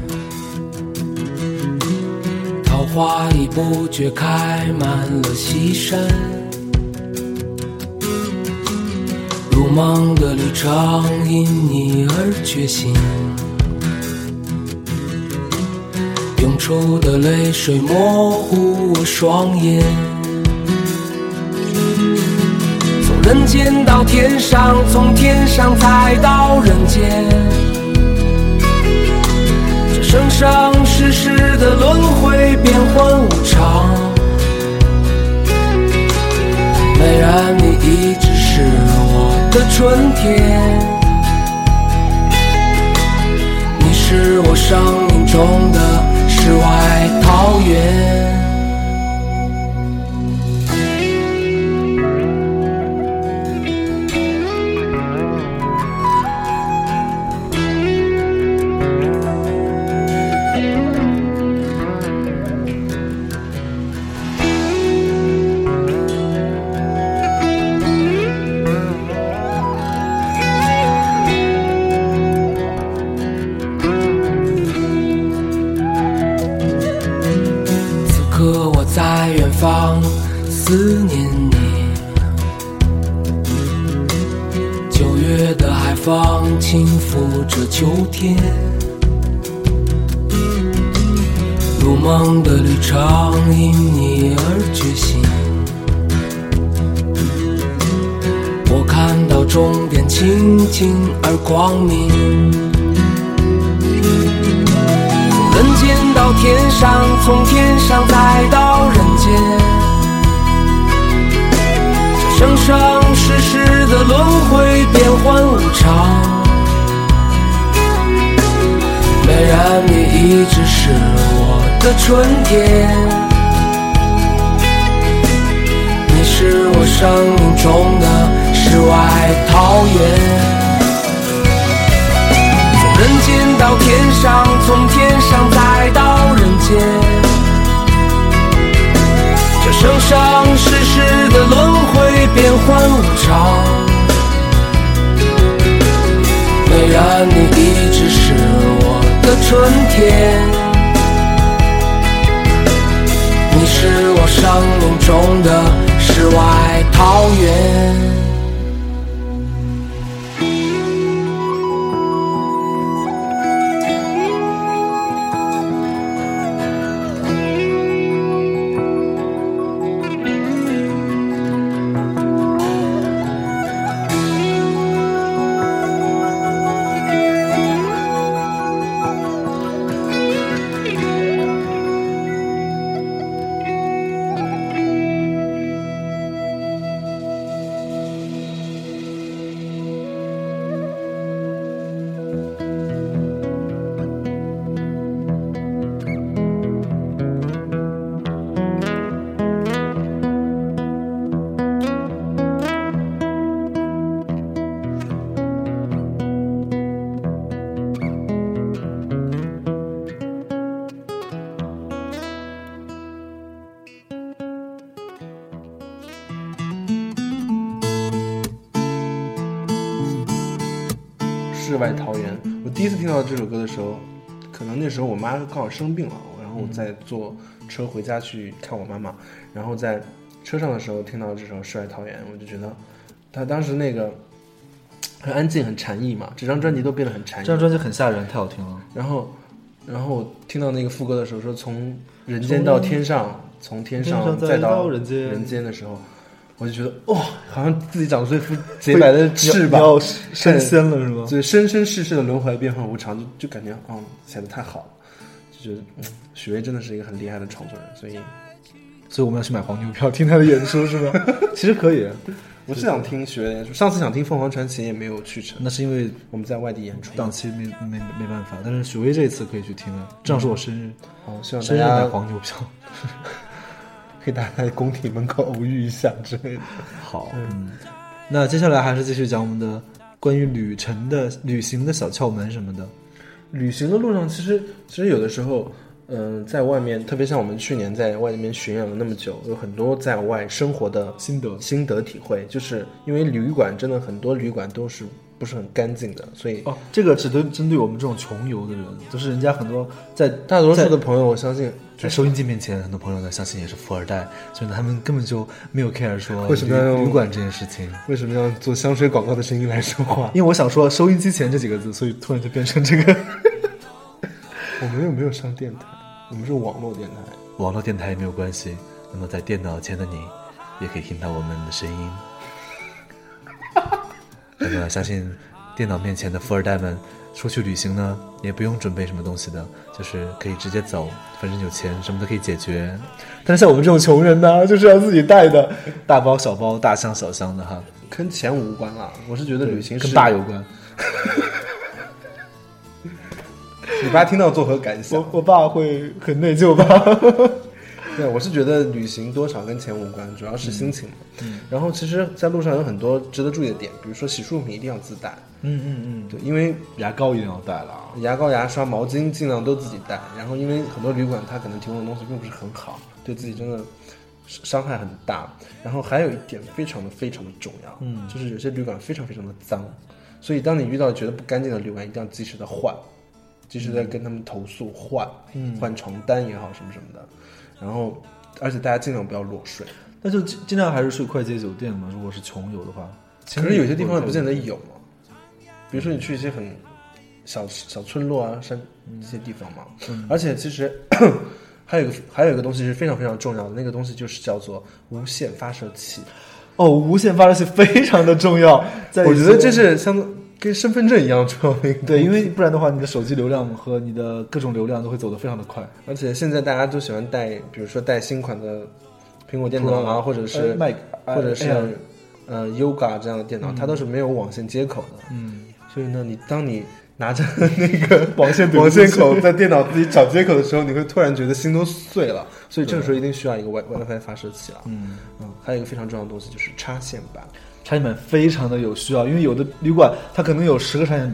桃花已不觉开满了西山，如梦的旅程因你而觉醒，涌出的泪水模糊我双眼，从人间到天上，从天上再到人间，这生生世世的轮回变幻无常，美然你一直是我的春天，你是我生命中的世外桃源。在远方思念你，九月的海风轻拂着秋天，如梦的旅程因你而觉醒，我看到终点清净而光明，从人间到天上，从天上再到人间，这生生世世的轮回变幻无常，美然你一直是我的春天，你是我生命中的世外桃源，从人间到天上，从天上再到人间，这生生世世的轮回变幻无常，虽然你一直是我的春天，你是我生命中的世外桃源。 世外桃源。我第一次听到这首歌的时候，可能那时候我妈刚好生病了，然后我在坐车回家去看我妈妈，然后在车上的时候听到这首《世外桃源》，我就觉得他当时那个很安静、很禅意嘛，这张专辑都变得很禅意。 这张专辑很吓人，太好听了。 然后，然后我听到那个副歌的时候，说从人间到天上，从天上再到人间， 人间的时候。我就觉得哇、哦，好像自己长出一副洁白的翅膀， 要升仙了是吗？ 对，生生世世的轮回变幻无常，就就感觉嗯写的太好了，就觉得嗯许巍真的是一个很厉害的创作人，所以所以我们要去买黄牛票听他的演出是吗？其实可以， 我是想听许巍的演出，上次想听凤凰传奇也没有去成， 那是因为我们在外地演出， 档期没没没办法，但是许巍这次可以去听了，正好是我生日， 好、嗯，希望大家买黄牛票。 可以大家在工体门口偶遇一下之类的。 好，嗯，那接下来还是继续讲我们的关于旅程的旅行的小窍门什么的。 旅行的路上，其实其实有的时候，嗯、呃，在外面，特别像我们去年在外面巡演了那么久，有很多在外生活的心得心得体会，就是因为旅馆真的很多旅馆都是不是很干净的，所以哦，这个只针针对我们这种穷游的人，就是人家很多在大多数的朋友，我相信。 在收音机面前，很多朋友呢相信也是富二代，所以呢他们根本就没有 care 说为什么要用旅馆这件事情， 为什么要做香水广告的声音来说话？ 因为我想说收音机前这几个字，所以突然就变成这个。 我们又没有上电台，我们是网络电台， 网络电台也没有关系。那么在电脑前的你，也可以听到我们的声音。那么相信电脑面前的富二代们。出去旅行呢，也不用准备什么东西的，就是可以直接走，反正有钱，什么都可以解决。但是像我们这种穷人呢，就是要自己带的，大包小包、大箱小箱的哈， 跟钱无关了。我是觉得旅行是跟大有关。 你爸听到作何感想？ 我我爸会很内疚吧？ 对，我是觉得旅行多少跟钱无关，主要是心情嘛。嗯，然后其实，在路上有很多值得注意的点，比如说洗漱品一定要自带。 嗯嗯嗯， 对，因为牙膏一定要带了， 牙膏、牙刷、毛巾尽量都自己带。然后，因为很多旅馆它可能提供的东西并不是很好，对自己真的伤害很大。然后还有一点非常的非常的重要，嗯，就是有些旅馆非常非常的脏，所以当你遇到觉得不干净的旅馆，一定要及时的换，及时的跟他们投诉换，嗯，换床单也好什么什么的。然后，而且大家尽量不要裸睡， 那就尽尽量还是睡快捷酒店嘛。如果是穷游的话， 可是有些地方不见得有嘛。比如说你去一些很小小村落啊、山这些地方嘛，嗯、而且其实还有一个还有一个东西是非常非常重要的，那个东西就是叫做无线发射器。 哦，无线发射器非常的重要， 我觉得这是相当跟身份证一样重要的。 对，因为不然的话，你的手机流量和你的各种流量都会走得非常的快。 而且现在大家都喜欢带，比如说带新款的苹果电脑啊，或者是 Mac， 或者是呃 Yoga 这样的电脑，它都是没有网线接口的。嗯。所以呢，你当你拿着那个网线网线口在电脑自己找接口的时候，你会突然觉得心都碎了。所以这个时候一定需要一个 WiFi 发射器了。嗯嗯，还有一个非常重要的东西就是插线板。 插线板非常的有需要，因为有的旅馆它可能有十个插线板，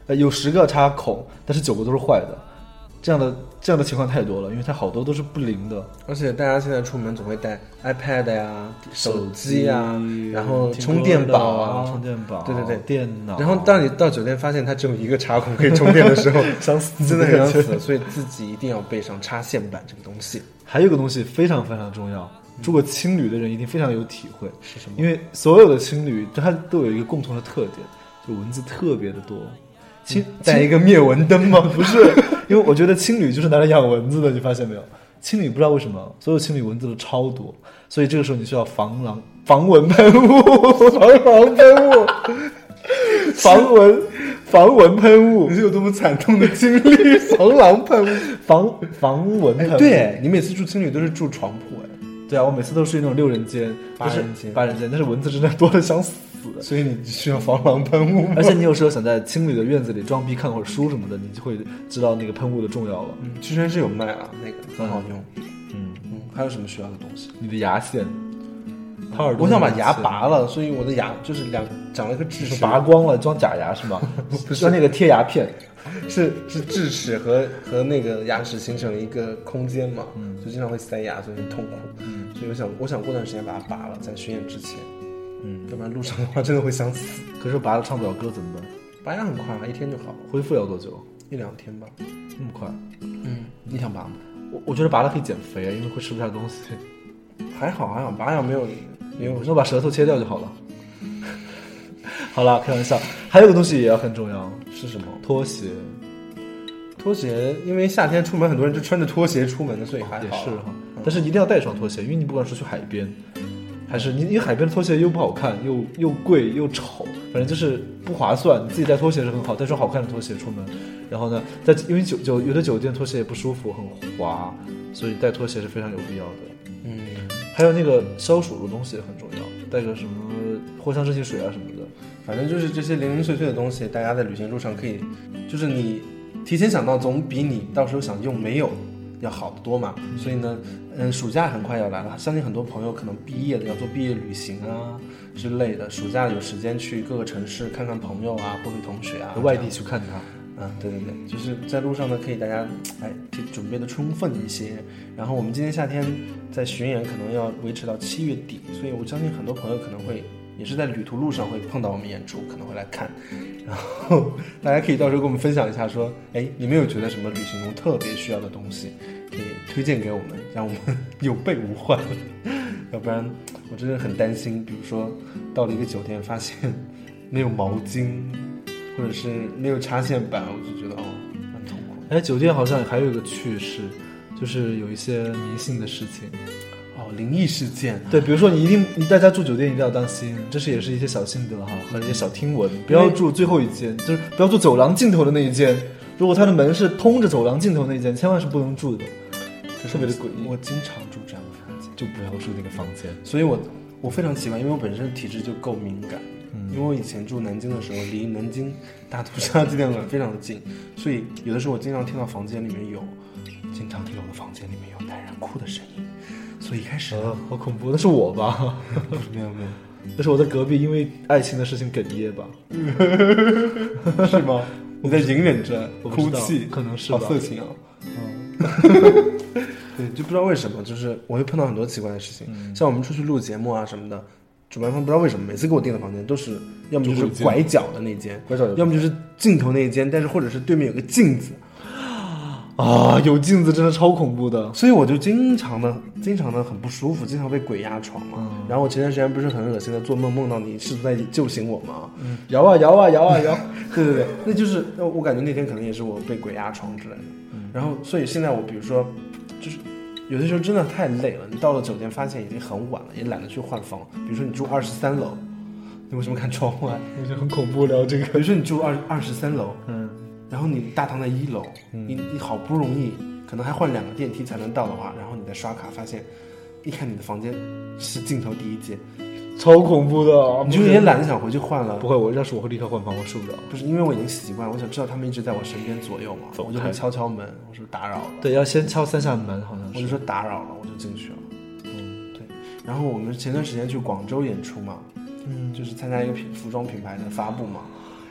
呃，有十个插孔，但是九个都是坏的。这样的这样的情况太多了，因为它好多都是不灵的。 而且大家现在出门总会带 iPad 呀、手机呀，然后充电宝啊， 充电宝， 对对对， 电脑。 然后当你到酒店发现它只有一个插孔可以充电的时候， 想死， 真的很想死。所以自己一定要备上插线板这个东西。 还有一个东西非常非常重要，住过青旅的人一定非常有体会。 是什么？ 因为所有的青旅它都有一个共同的特点，就蚊子特别的多。青带一个灭蚊灯吗？ 不是，因为我觉得青旅就是拿来养蚊子的，你发现没有？青旅不知道为什么，所有青旅蚊子都超多，所以这个时候你需要防狼、防蚊喷雾、防狼喷雾、防蚊、防蚊喷雾。 你是有多么惨痛的经历？防狼喷雾、 防防蚊喷雾。 哎、对，你每次住青旅都是住床铺哎。 对啊，我每次都睡那种六人间、 八人间、 八人间，但是蚊子真的多得想死。 所以你需要防狼喷雾， 而且你有时候想在青旅的院子里装逼看会儿书什么的，你就会知道那个喷雾的重要了。 嗯，居然是有卖啊，那个很好用。 嗯嗯，还有什么需要的东西？ 你的牙线，掏耳朵。 我想把牙拔了，所以我的牙就是两长了一个智齿， 拔光了装假牙是吗？ 不是装那个贴牙片， 是是智齿和和那个牙齿形成了一个空间嘛，嗯，就经常会塞牙，所以很痛苦。嗯，所以我想我想过段时间把它拔了，在巡演之前。嗯，要不然路上的话真的会想死。 可是拔了唱不了歌怎么办？ 拔牙很快啊，一天就好。 恢复要多久？ 一两天吧。 那么快？ 嗯，你想拔吗？ 我我觉得拔了可以减肥啊，因为会吃不下东西。 还好还好，拔牙没有没有， 那把舌头切掉就好了。好了，开玩笑。还有个东西也要很重要， 是什么？ 拖鞋。 拖鞋，因为夏天出门很多人就穿着拖鞋出门的，所以还好。 也是哈，嗯、但是一定要带一双拖鞋，因为你不管是去海边。还是你，因为海边的拖鞋又不好看，又又贵又丑，反正就是不划算。你自己带拖鞋是很好，带双好看的拖鞋出门。然后呢，在因为酒酒有的酒店拖鞋也不舒服，很滑，所以带拖鞋是非常有必要的。 嗯， 还有那个消暑的东西也很重要，带个什么藿香正气水啊什么的。 反正就是这些零零碎碎的东西，大家在旅行路上可以，就是你提前想到，总比你到时候想用没有要好得多嘛。所以呢。嗯，暑假很快要来了，相信很多朋友可能毕业了，要做毕业旅行啊之类的。暑假有时间去各个城市看看朋友啊，或者同学啊， 外地去看他。 嗯，对对对，就是在路上呢，可以大家哎准备的充分一些。然后我们今年夏天在巡演，可能要维持到七月底，所以我相信很多朋友可能会也是在旅途路上会碰到我们演出，可能会来看。然后大家可以到时候跟我们分享一下，说，哎，你们有觉得什么旅行中特别需要的东西？可以推荐给我们，让我们有备无患。要不然我真的很担心，比如说到了一个酒店发现没有毛巾，或者是没有插线板，我就觉得哦蛮痛苦。 哎，酒店好像还有一个趣事，就是有一些迷信的事情。 哦，灵异事件。 对，比如说你一定你大家住酒店一定要当心，这是也是一些小心得哈和一些小听闻，不要住最后一间，就是不要住走廊尽头的那一间。如果它的门是通着走廊尽头那一间，千万是不能住的，特别的诡异。 我经常住这样的房间， 就不要住那个房间。 所以我我非常奇怪，因为我本身体质就够敏感，嗯，因为我以前住南京的时候，离南京大屠杀纪念馆非常的近，所以有的时候我经常听到房间里面有，经常听到我的房间里面有男人哭的声音，所以一开始、 呃、好恐怖，那是我吧？ 没有没有， 那是我在隔壁因为爱情的事情哽咽吧？ 是吗？你在隐忍着哭泣， 可能是吧， 好色情啊！嗯，对，就不知道为什么，就是我会碰到很多奇怪的事情，嗯、像我们出去录节目啊什么的，主办方不知道为什么每次给我订的房间都是要么就是拐角的那间， 拐角要么就是尽头那一间，但是或者是对面有个镜子。 啊，有镜子真的超恐怖的， 所以我就经常的、经常的很不舒服，经常被鬼压床嘛。嗯、然后我前段时间不是很恶心的做梦，梦到你试图在救醒我吗？ 嗯，摇啊摇啊摇啊摇， 对对对，那就是我感觉那天可能也是我被鬼压床之类的。嗯、然后，所以现在我比如说，就是有的时候真的太累了，你到了酒店发现已经很晚了，也懒得去换房。比如说你住二十三楼，你为什么看窗外？ 我觉得很恐怖聊这个。 比如说你住二二十三楼，嗯。然后你大堂在一楼，嗯、你你好不容易可能还换两个电梯才能到的话，然后你再刷卡发现，一看你的房间是尽头第一间， 超恐怖的， 你就也懒得想回去换了。 不会，我要是我会立刻换房，我受不了。 不是因为我已经习惯，我想知道他们一直在我身边左右嘛，我就会敲敲门，我说打扰了。 对，要先敲三下门，好像是。 我就说打扰了，我就进去了。嗯，对。然后我们前段时间去广州演出嘛，嗯，就是参加一个品服装品牌的发布嘛。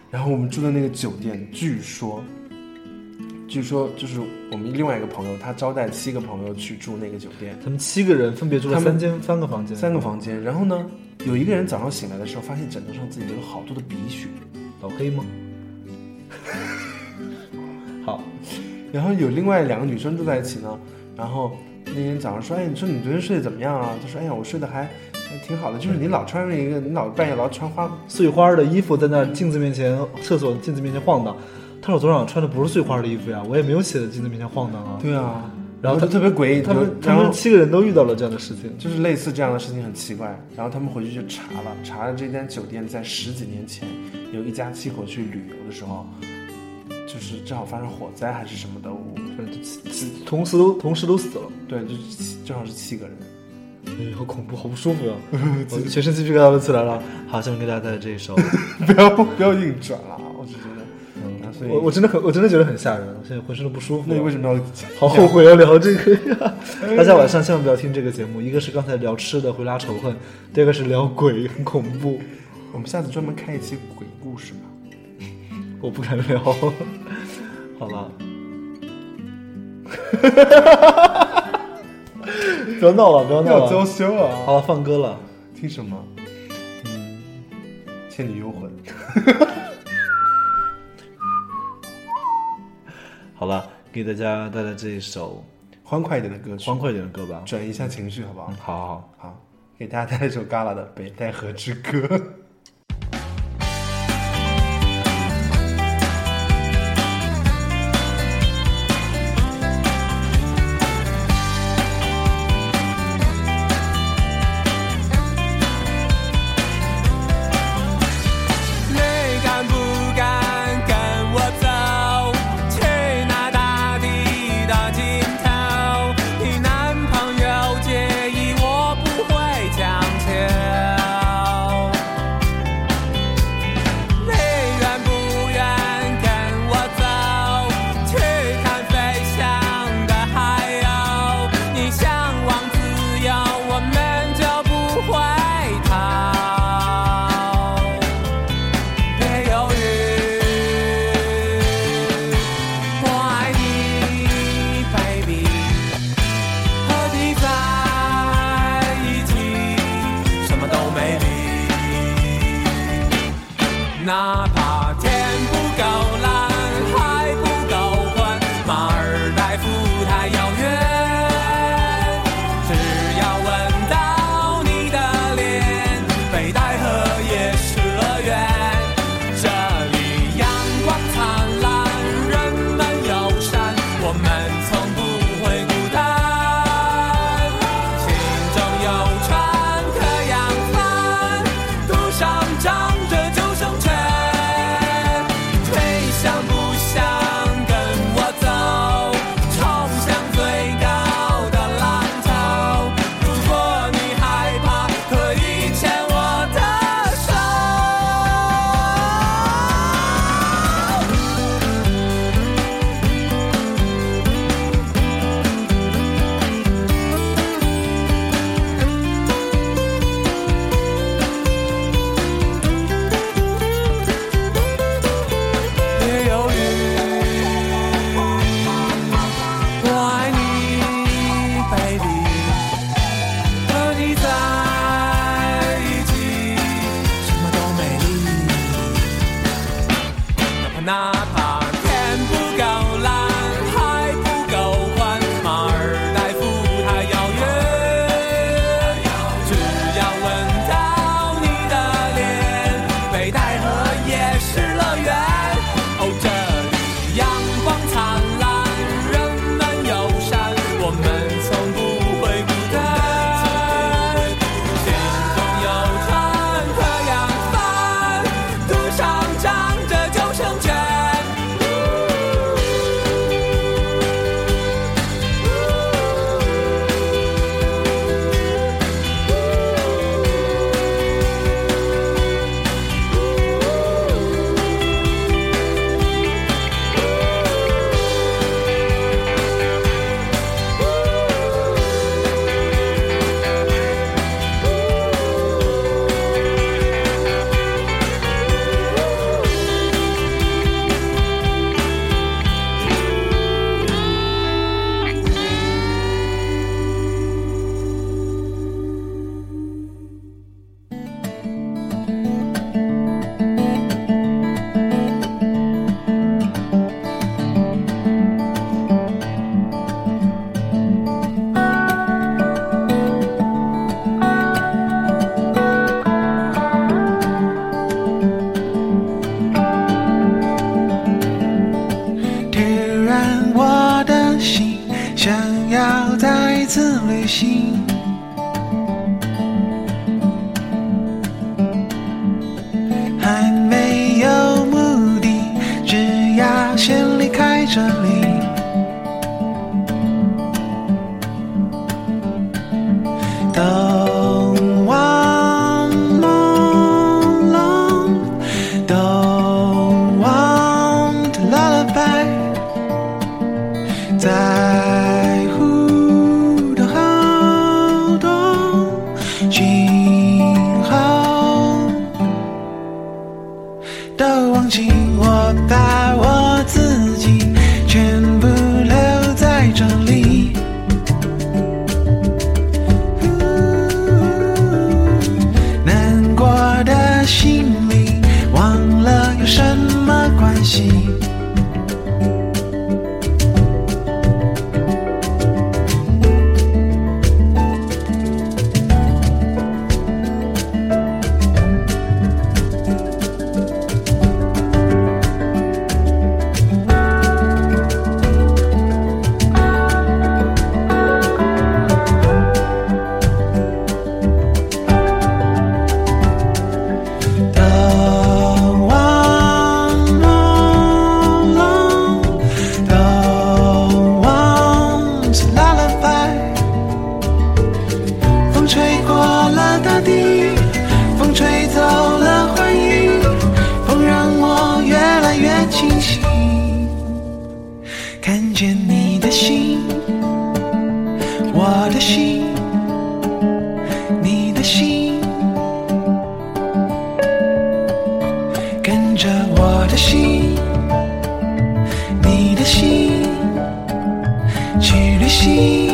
然后我们住的那个酒店，据说，据说就是我们另外一个朋友，他招待七个朋友去住那个酒店， 他们七个人分别住了三间三个房间， 三个房间。然后呢，有一个人早上醒来的时候，发现枕头上自己流了好多的鼻血， 老黑吗？好， 然后有另外两个女生住在一起呢，然后那天早上说，哎，你说你昨天睡得怎么样啊？她说，哎呀，我睡得还还挺好的，就是你老穿那个，你老半夜老穿花碎花的衣服在那镜子面前，厕所镜子面前晃荡。他说我昨晚穿的不是碎花的衣服呀，我也没有写在镜子面前晃荡啊。 对啊， 然后他特别诡异， 他们他们七个人都遇到了这样的事情， 就是类似这样的事情很奇怪。然后他们回去就查了，查了这间酒店在十几年前有一家七口去旅游的时候，就是正好发生火灾还是什么的，我同时都同时都死了。 对，就正好是七个人。 哎，好恐怖，好不舒服啊！我全身鸡皮疙瘩都起来了。好，下面给大家带来这一首， 不要不要硬转了，我只觉得， 嗯，所以我我真的很我真的觉得很吓人，我现在浑身都不舒服。 那你为什么要好后悔要聊这个呀？大家晚上千万不要听这个节目，一个是刚才聊吃的会拉仇恨，第二个是聊鬼，很恐怖。 我们下次专门开一期鬼故事吧。 我不敢聊。好了。不要闹了，不要闹了， 要娇羞啊！ 好了，放歌了， 听什么？嗯，《倩女幽魂》。 好了，给大家带来这一首欢快一点的歌曲， 欢快一点的歌吧， 转移一下情绪，好不好？ 好好好，给大家带来一首 Gala 的《北戴河之歌》。 你男朋友介意我不会讲这里。Don't want long, long, don't want lullaby， 在乎的好多今后，都忘记我把我自己全部留在这里。心里忘了有什么关系。看见你的心，我的心，你的心，跟着我的心，你的心，去旅行。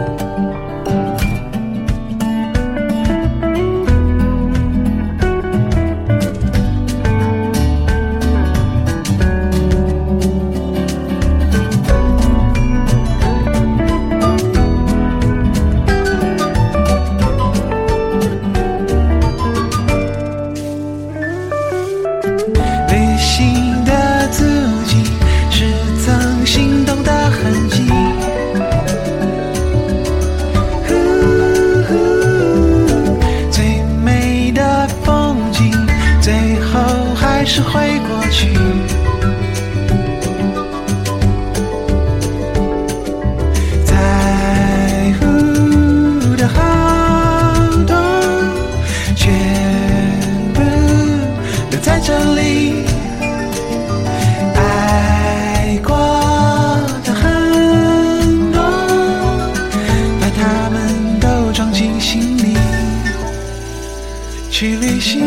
还是会过去，在乎的好多全部都在这里，爱过的很多，把它们都装进心里，去旅行。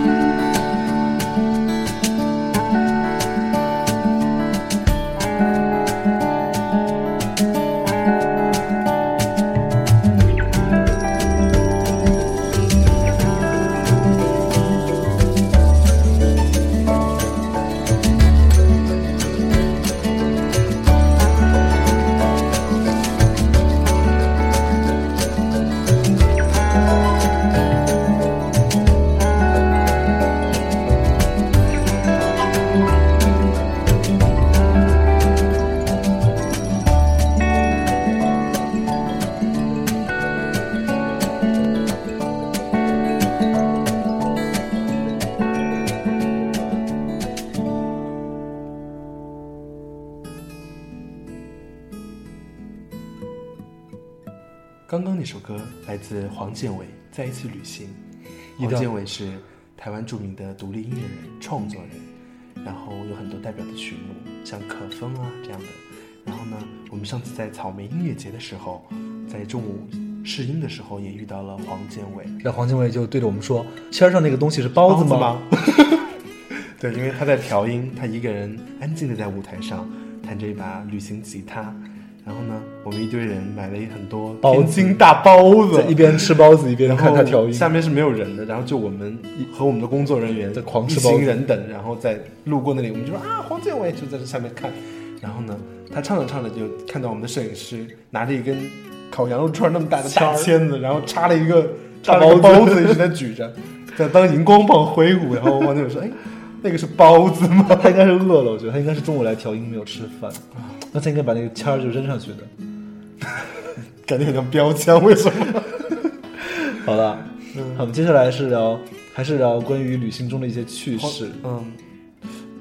刚刚那首歌来自黄建伟，在一起旅行。黄建伟是台湾著名的独立音乐人、创作人，然后有很多代表的曲目，像《可风》啊这样的。然后呢，我们上次在草莓音乐节的时候，在中午试音的时候也遇到了黄建伟， 然后黄建伟就对着我们说：“签上那个东西是包子吗？” 吗对，因为他在调音，他一个人安静的在舞台上弹着一把旅行吉他。然后呢，我们一堆人买了很多天津大包子， 一边吃包子一边看他调音。 下面是没有人的，然后就我们和我们的工作人员在狂吃包子， 一行人等，然后在路过那里，我们就说啊，黄建伟就在这下面看。然后呢，他唱着唱着就看到我们的摄影师拿着一根烤羊肉串那么大的大签子，然后插了一个大包包子一直在举着，在当荧光棒挥舞。然后黄建伟说：“哎，那个是包子吗？” 他应该是饿了，我觉得他应该是中午来调音没有吃饭。那他应该把那个签儿就扔上去的， 感觉很像标枪，为什么？ 好了，嗯，我们接下来是聊，还是聊关于旅行中的一些趣事。 嗯，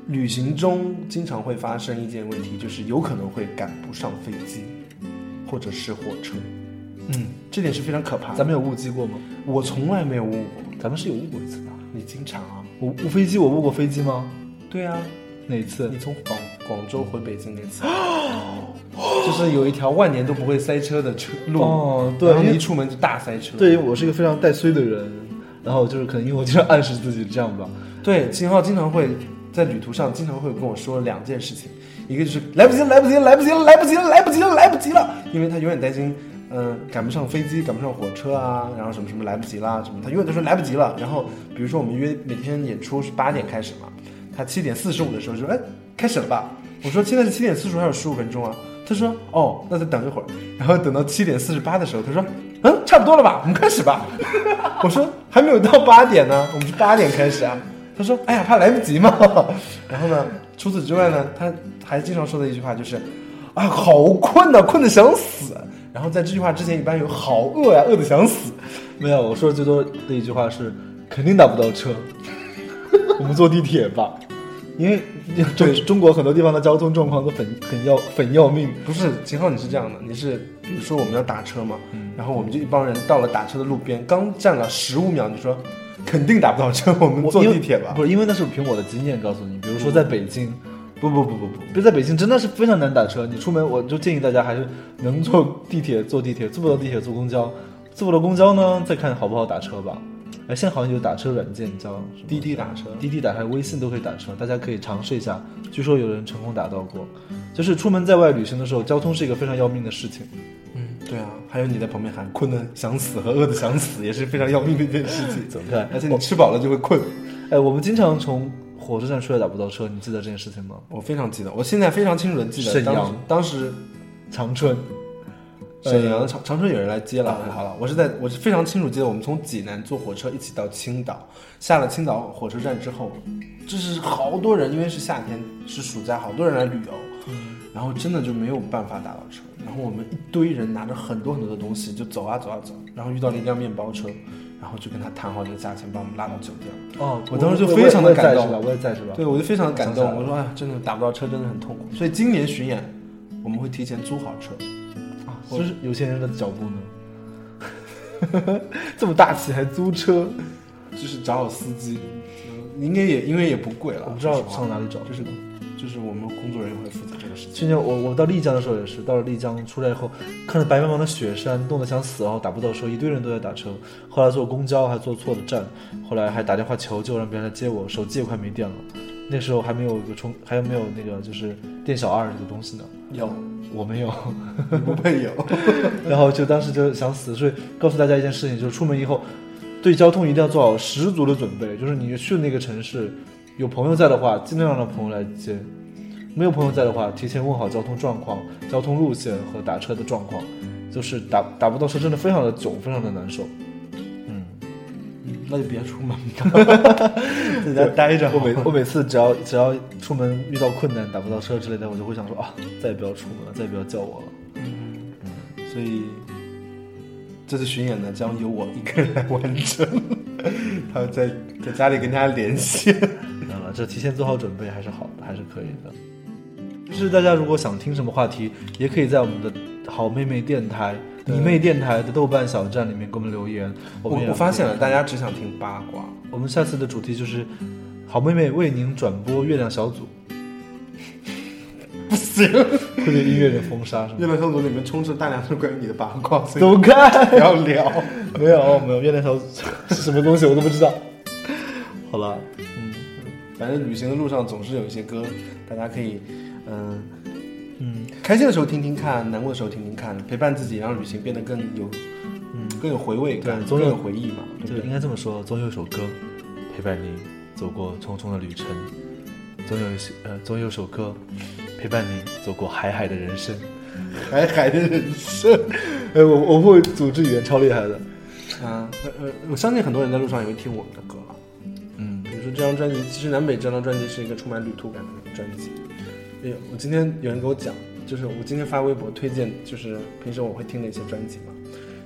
旅行中经常会发生一件问题，就是有可能会赶不上飞机或者是火车。嗯，这点是非常可怕的。 咱们有误机过吗？ 我从来没有误过。 咱们是有误过一次吧？ 你经常啊。 我误飞机，我误过飞机吗？ 对啊。 哪一次？ 你从广广州回北京那次。就是有一条万年都不会塞车的车路。 哦，对。 然后你一出门就大塞车。 对，我是一个非常带衰的人。然后就是可能因为我经常暗示自己这样吧。 对，秦昊经常会在旅途上经常会跟我说两件事情，一个就是来不及了，来不及了，来不及了，来不及了，来不及了，来不及了，因为他永远担心，嗯、呃，赶不上飞机，赶不上火车啊，然后什么什么来不及啦，什么，他永远都说来不及了。然后比如说我们约每天演出是八点开始嘛，他七点四十五的时候就说，哎，开始了吧？我说现在是七点四十五，还有十五分钟啊。他说，哦，那再等一会儿。然后等到七点四十八的时候，他说，嗯，差不多了吧，我们开始吧。我说还没有到八点呢，我们是八点开始啊。他说，哎呀，怕来不及嘛。然后呢，除此之外呢，他还经常说的一句话就是，啊，好困呐、啊，困得想死。然后在这句话之前，一般有好饿呀、啊，饿得想死。 没有，我说的最多的一句话是，肯定打不到车，我们坐地铁吧。因为中中国很多地方的交通状况都很很要很要命。 不是，秦昊你是这样的，你是比如说我们要打车嘛，嗯、然后我们就一帮人到了打车的路边，刚站了十五秒，你说肯定打不到车，我们坐地铁吧？ 不是，因为那是凭我的经验告诉你，比如说在北京，不不不不不，别在北京真的是非常难打车。你出门我就建议大家还是能坐地铁坐地铁，坐不到地铁坐公交，坐不到公交呢再看好不好打车吧。哎，现在好像有打车软件叫滴滴打车， 滴滴打还有微信都可以打车，大家可以尝试一下。据说有人成功打到过。就是出门在外旅行的时候，交通是一个非常要命的事情。 嗯，对啊，还有你在旁边喊困得想死和饿得想死，也是非常要命的一件事情。 怎么看？ 而且你吃饱了就会困。 哎，我们经常从火车站出来打不到车，你记得这件事情吗？ 我非常记得，我现在非常清楚的记得。 沈阳当时长春。 沈阳长长春有人来接了，好了，我是在我是非常清楚记得，我们从济南坐火车一起到青岛，下了青岛火车站之后，就是好多人，因为是夏天是暑假，好多人来旅游，嗯，然后真的就没有办法打到车，然后我们一堆人拿着很多很多的东西就走啊走啊走，然后遇到了一辆面包车，然后就跟他谈好这个价钱，把我们拉到酒店了。 哦， 我当时就非常的感动， 我也在是吧？ 对，我就非常的感动，我说哎，真的打不到车真的很痛苦，所以今年巡演我们会提前租好车。 就是有钱人的脚步呢，这么大气还租车， 就是找好司机，应该也因为也不贵了。 我不知道上哪里找， 就是就是我们工作人员会负责这个事情。 去年我我到丽江的时候也是，到了丽江出来以后，看着白茫茫的雪山，冻得想死，然后打不到车，一堆人都在打车。后来坐公交还坐错了站，后来还打电话求救让别人来接我，手机也快没电了。那时候还没有一个充，还有没有那个就是店小二这个东西呢？ 有。 我没有， 你不配有。 然后就当时就想死，所以告诉大家一件事情，就是出门以后，对交通一定要做好十足的准备。就是你去那个城市，有朋友在的话，尽量让朋友来接；没有朋友在的话，提前问好交通状况、交通路线和打车的状况。就是打打不到车，真的非常的囧，非常的难受。 嗯，那就别出门， 在家待着。我每我每次只要只要出门遇到困难打不到车之类的，我就会想说啊，再也不要出门了，再也不要叫我了。 嗯嗯，所以这次巡演呢，将由我一个人来完成。他在在家里跟大家连线。 当然了，这提前做好准备还是好的，还是可以的。就是大家如果想听什么话题，也可以在我们的好妹妹电台、你妹电台的豆瓣小站里面给我们留言。我我, 我发现了，大家只想听八卦。 我们下次的主题就是好妹妹为您转播月亮小组。 不行， 会被音乐人封杀是吗？ 月亮小组里面充斥大量是关于你的八卦， 走开， 不要聊。 没有没有，月亮小组是什么东西我都不知道。好了， 嗯，反正旅行的路上总是有一些歌，大家可以。嗯嗯，开心的时候听听看，难过的时候听听看，陪伴自己，让旅行变得更有，嗯，更有回味感， 总有回忆嘛。 对，应该这么说，总有一首歌陪伴你走过匆匆的旅程，总有一首呃，总有一首歌陪伴你走过海海的人生， 海海的人生。 哎，我我会组织语言超厉害的。 啊，呃，我相信很多人在路上也会听我们的歌了。嗯，比如说这张专辑，其实南北这张专辑是一个充满旅途感的专辑。哎呦，我今天有人给我讲，就是我今天发微博推荐，就是平时我会听的一些专辑嘛。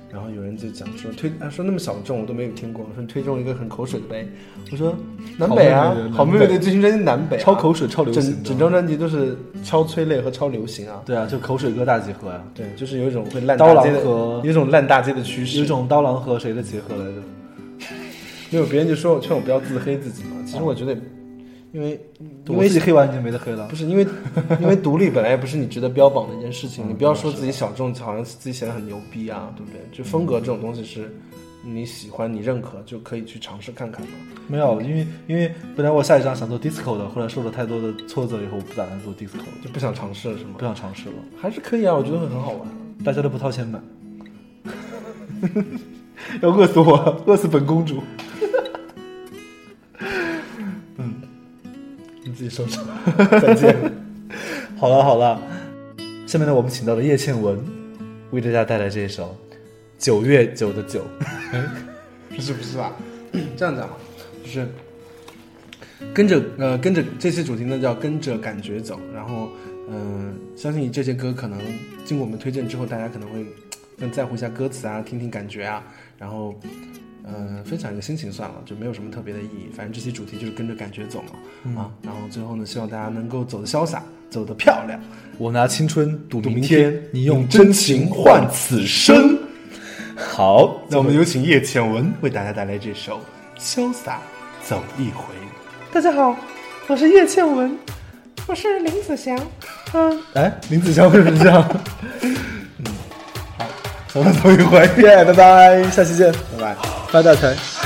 然后有人就讲说推啊说那么小众我都没有听过，说推中一个很口水的呗。我说南北啊，好妹妹的最新专辑南北、啊， 超口水超流行， 整整张专辑都是超催泪和超流行啊。 对啊，就口水歌大集合啊。 对，就是有一种会烂大街的，有一种烂大街的趋势， 有一种刀郎和谁的结合来着？ 没有，别人就说我劝我不要自黑自己嘛。其实我觉得。因为因为自己黑完你就没得黑了， 不是因为因为独立本来也不是你值得标榜的一件事情，你不要说自己小众，好像自己显得很牛逼啊，对不对？就风格这种东西是你喜欢你认可就可以去尝试看看嘛。 没有，因为因为本来我下一张想做 disco 的，后来受了太多的挫折以后，我不打算做 disco， 就不想尝试是吗？ 不想尝试了， 还是可以啊，我觉得会很好玩， 大家都不掏钱买，要饿死我了，饿死本公主。自己收场，再见。好了好了，下面呢，我们请到了叶倩文，为大家带来这一首九月九的九。 不是不是吧？这样讲，就是跟着呃跟着这期主题呢叫跟着感觉走，然后嗯、呃，相信这些歌可能经过我们推荐之后，大家可能会更在乎一下歌词啊，听听感觉啊，然后。嗯、呃，分享一个心情算了，就没有什么特别的意义。反正这期主题就是跟着感觉走嘛，嗯、啊，然后最后呢，希望大家能够走得潇洒，走得漂亮。 我拿青春赌明天，你用真情换此生。好， 那我们有请叶倩文为大家带来这首《潇洒走一回》。 大家好，我是叶倩文，我是林子祥。 嗯，哎，林子祥为什么这样？嗯，好，我们走一回，耶，拜拜，下期见， 拜拜。 发大财。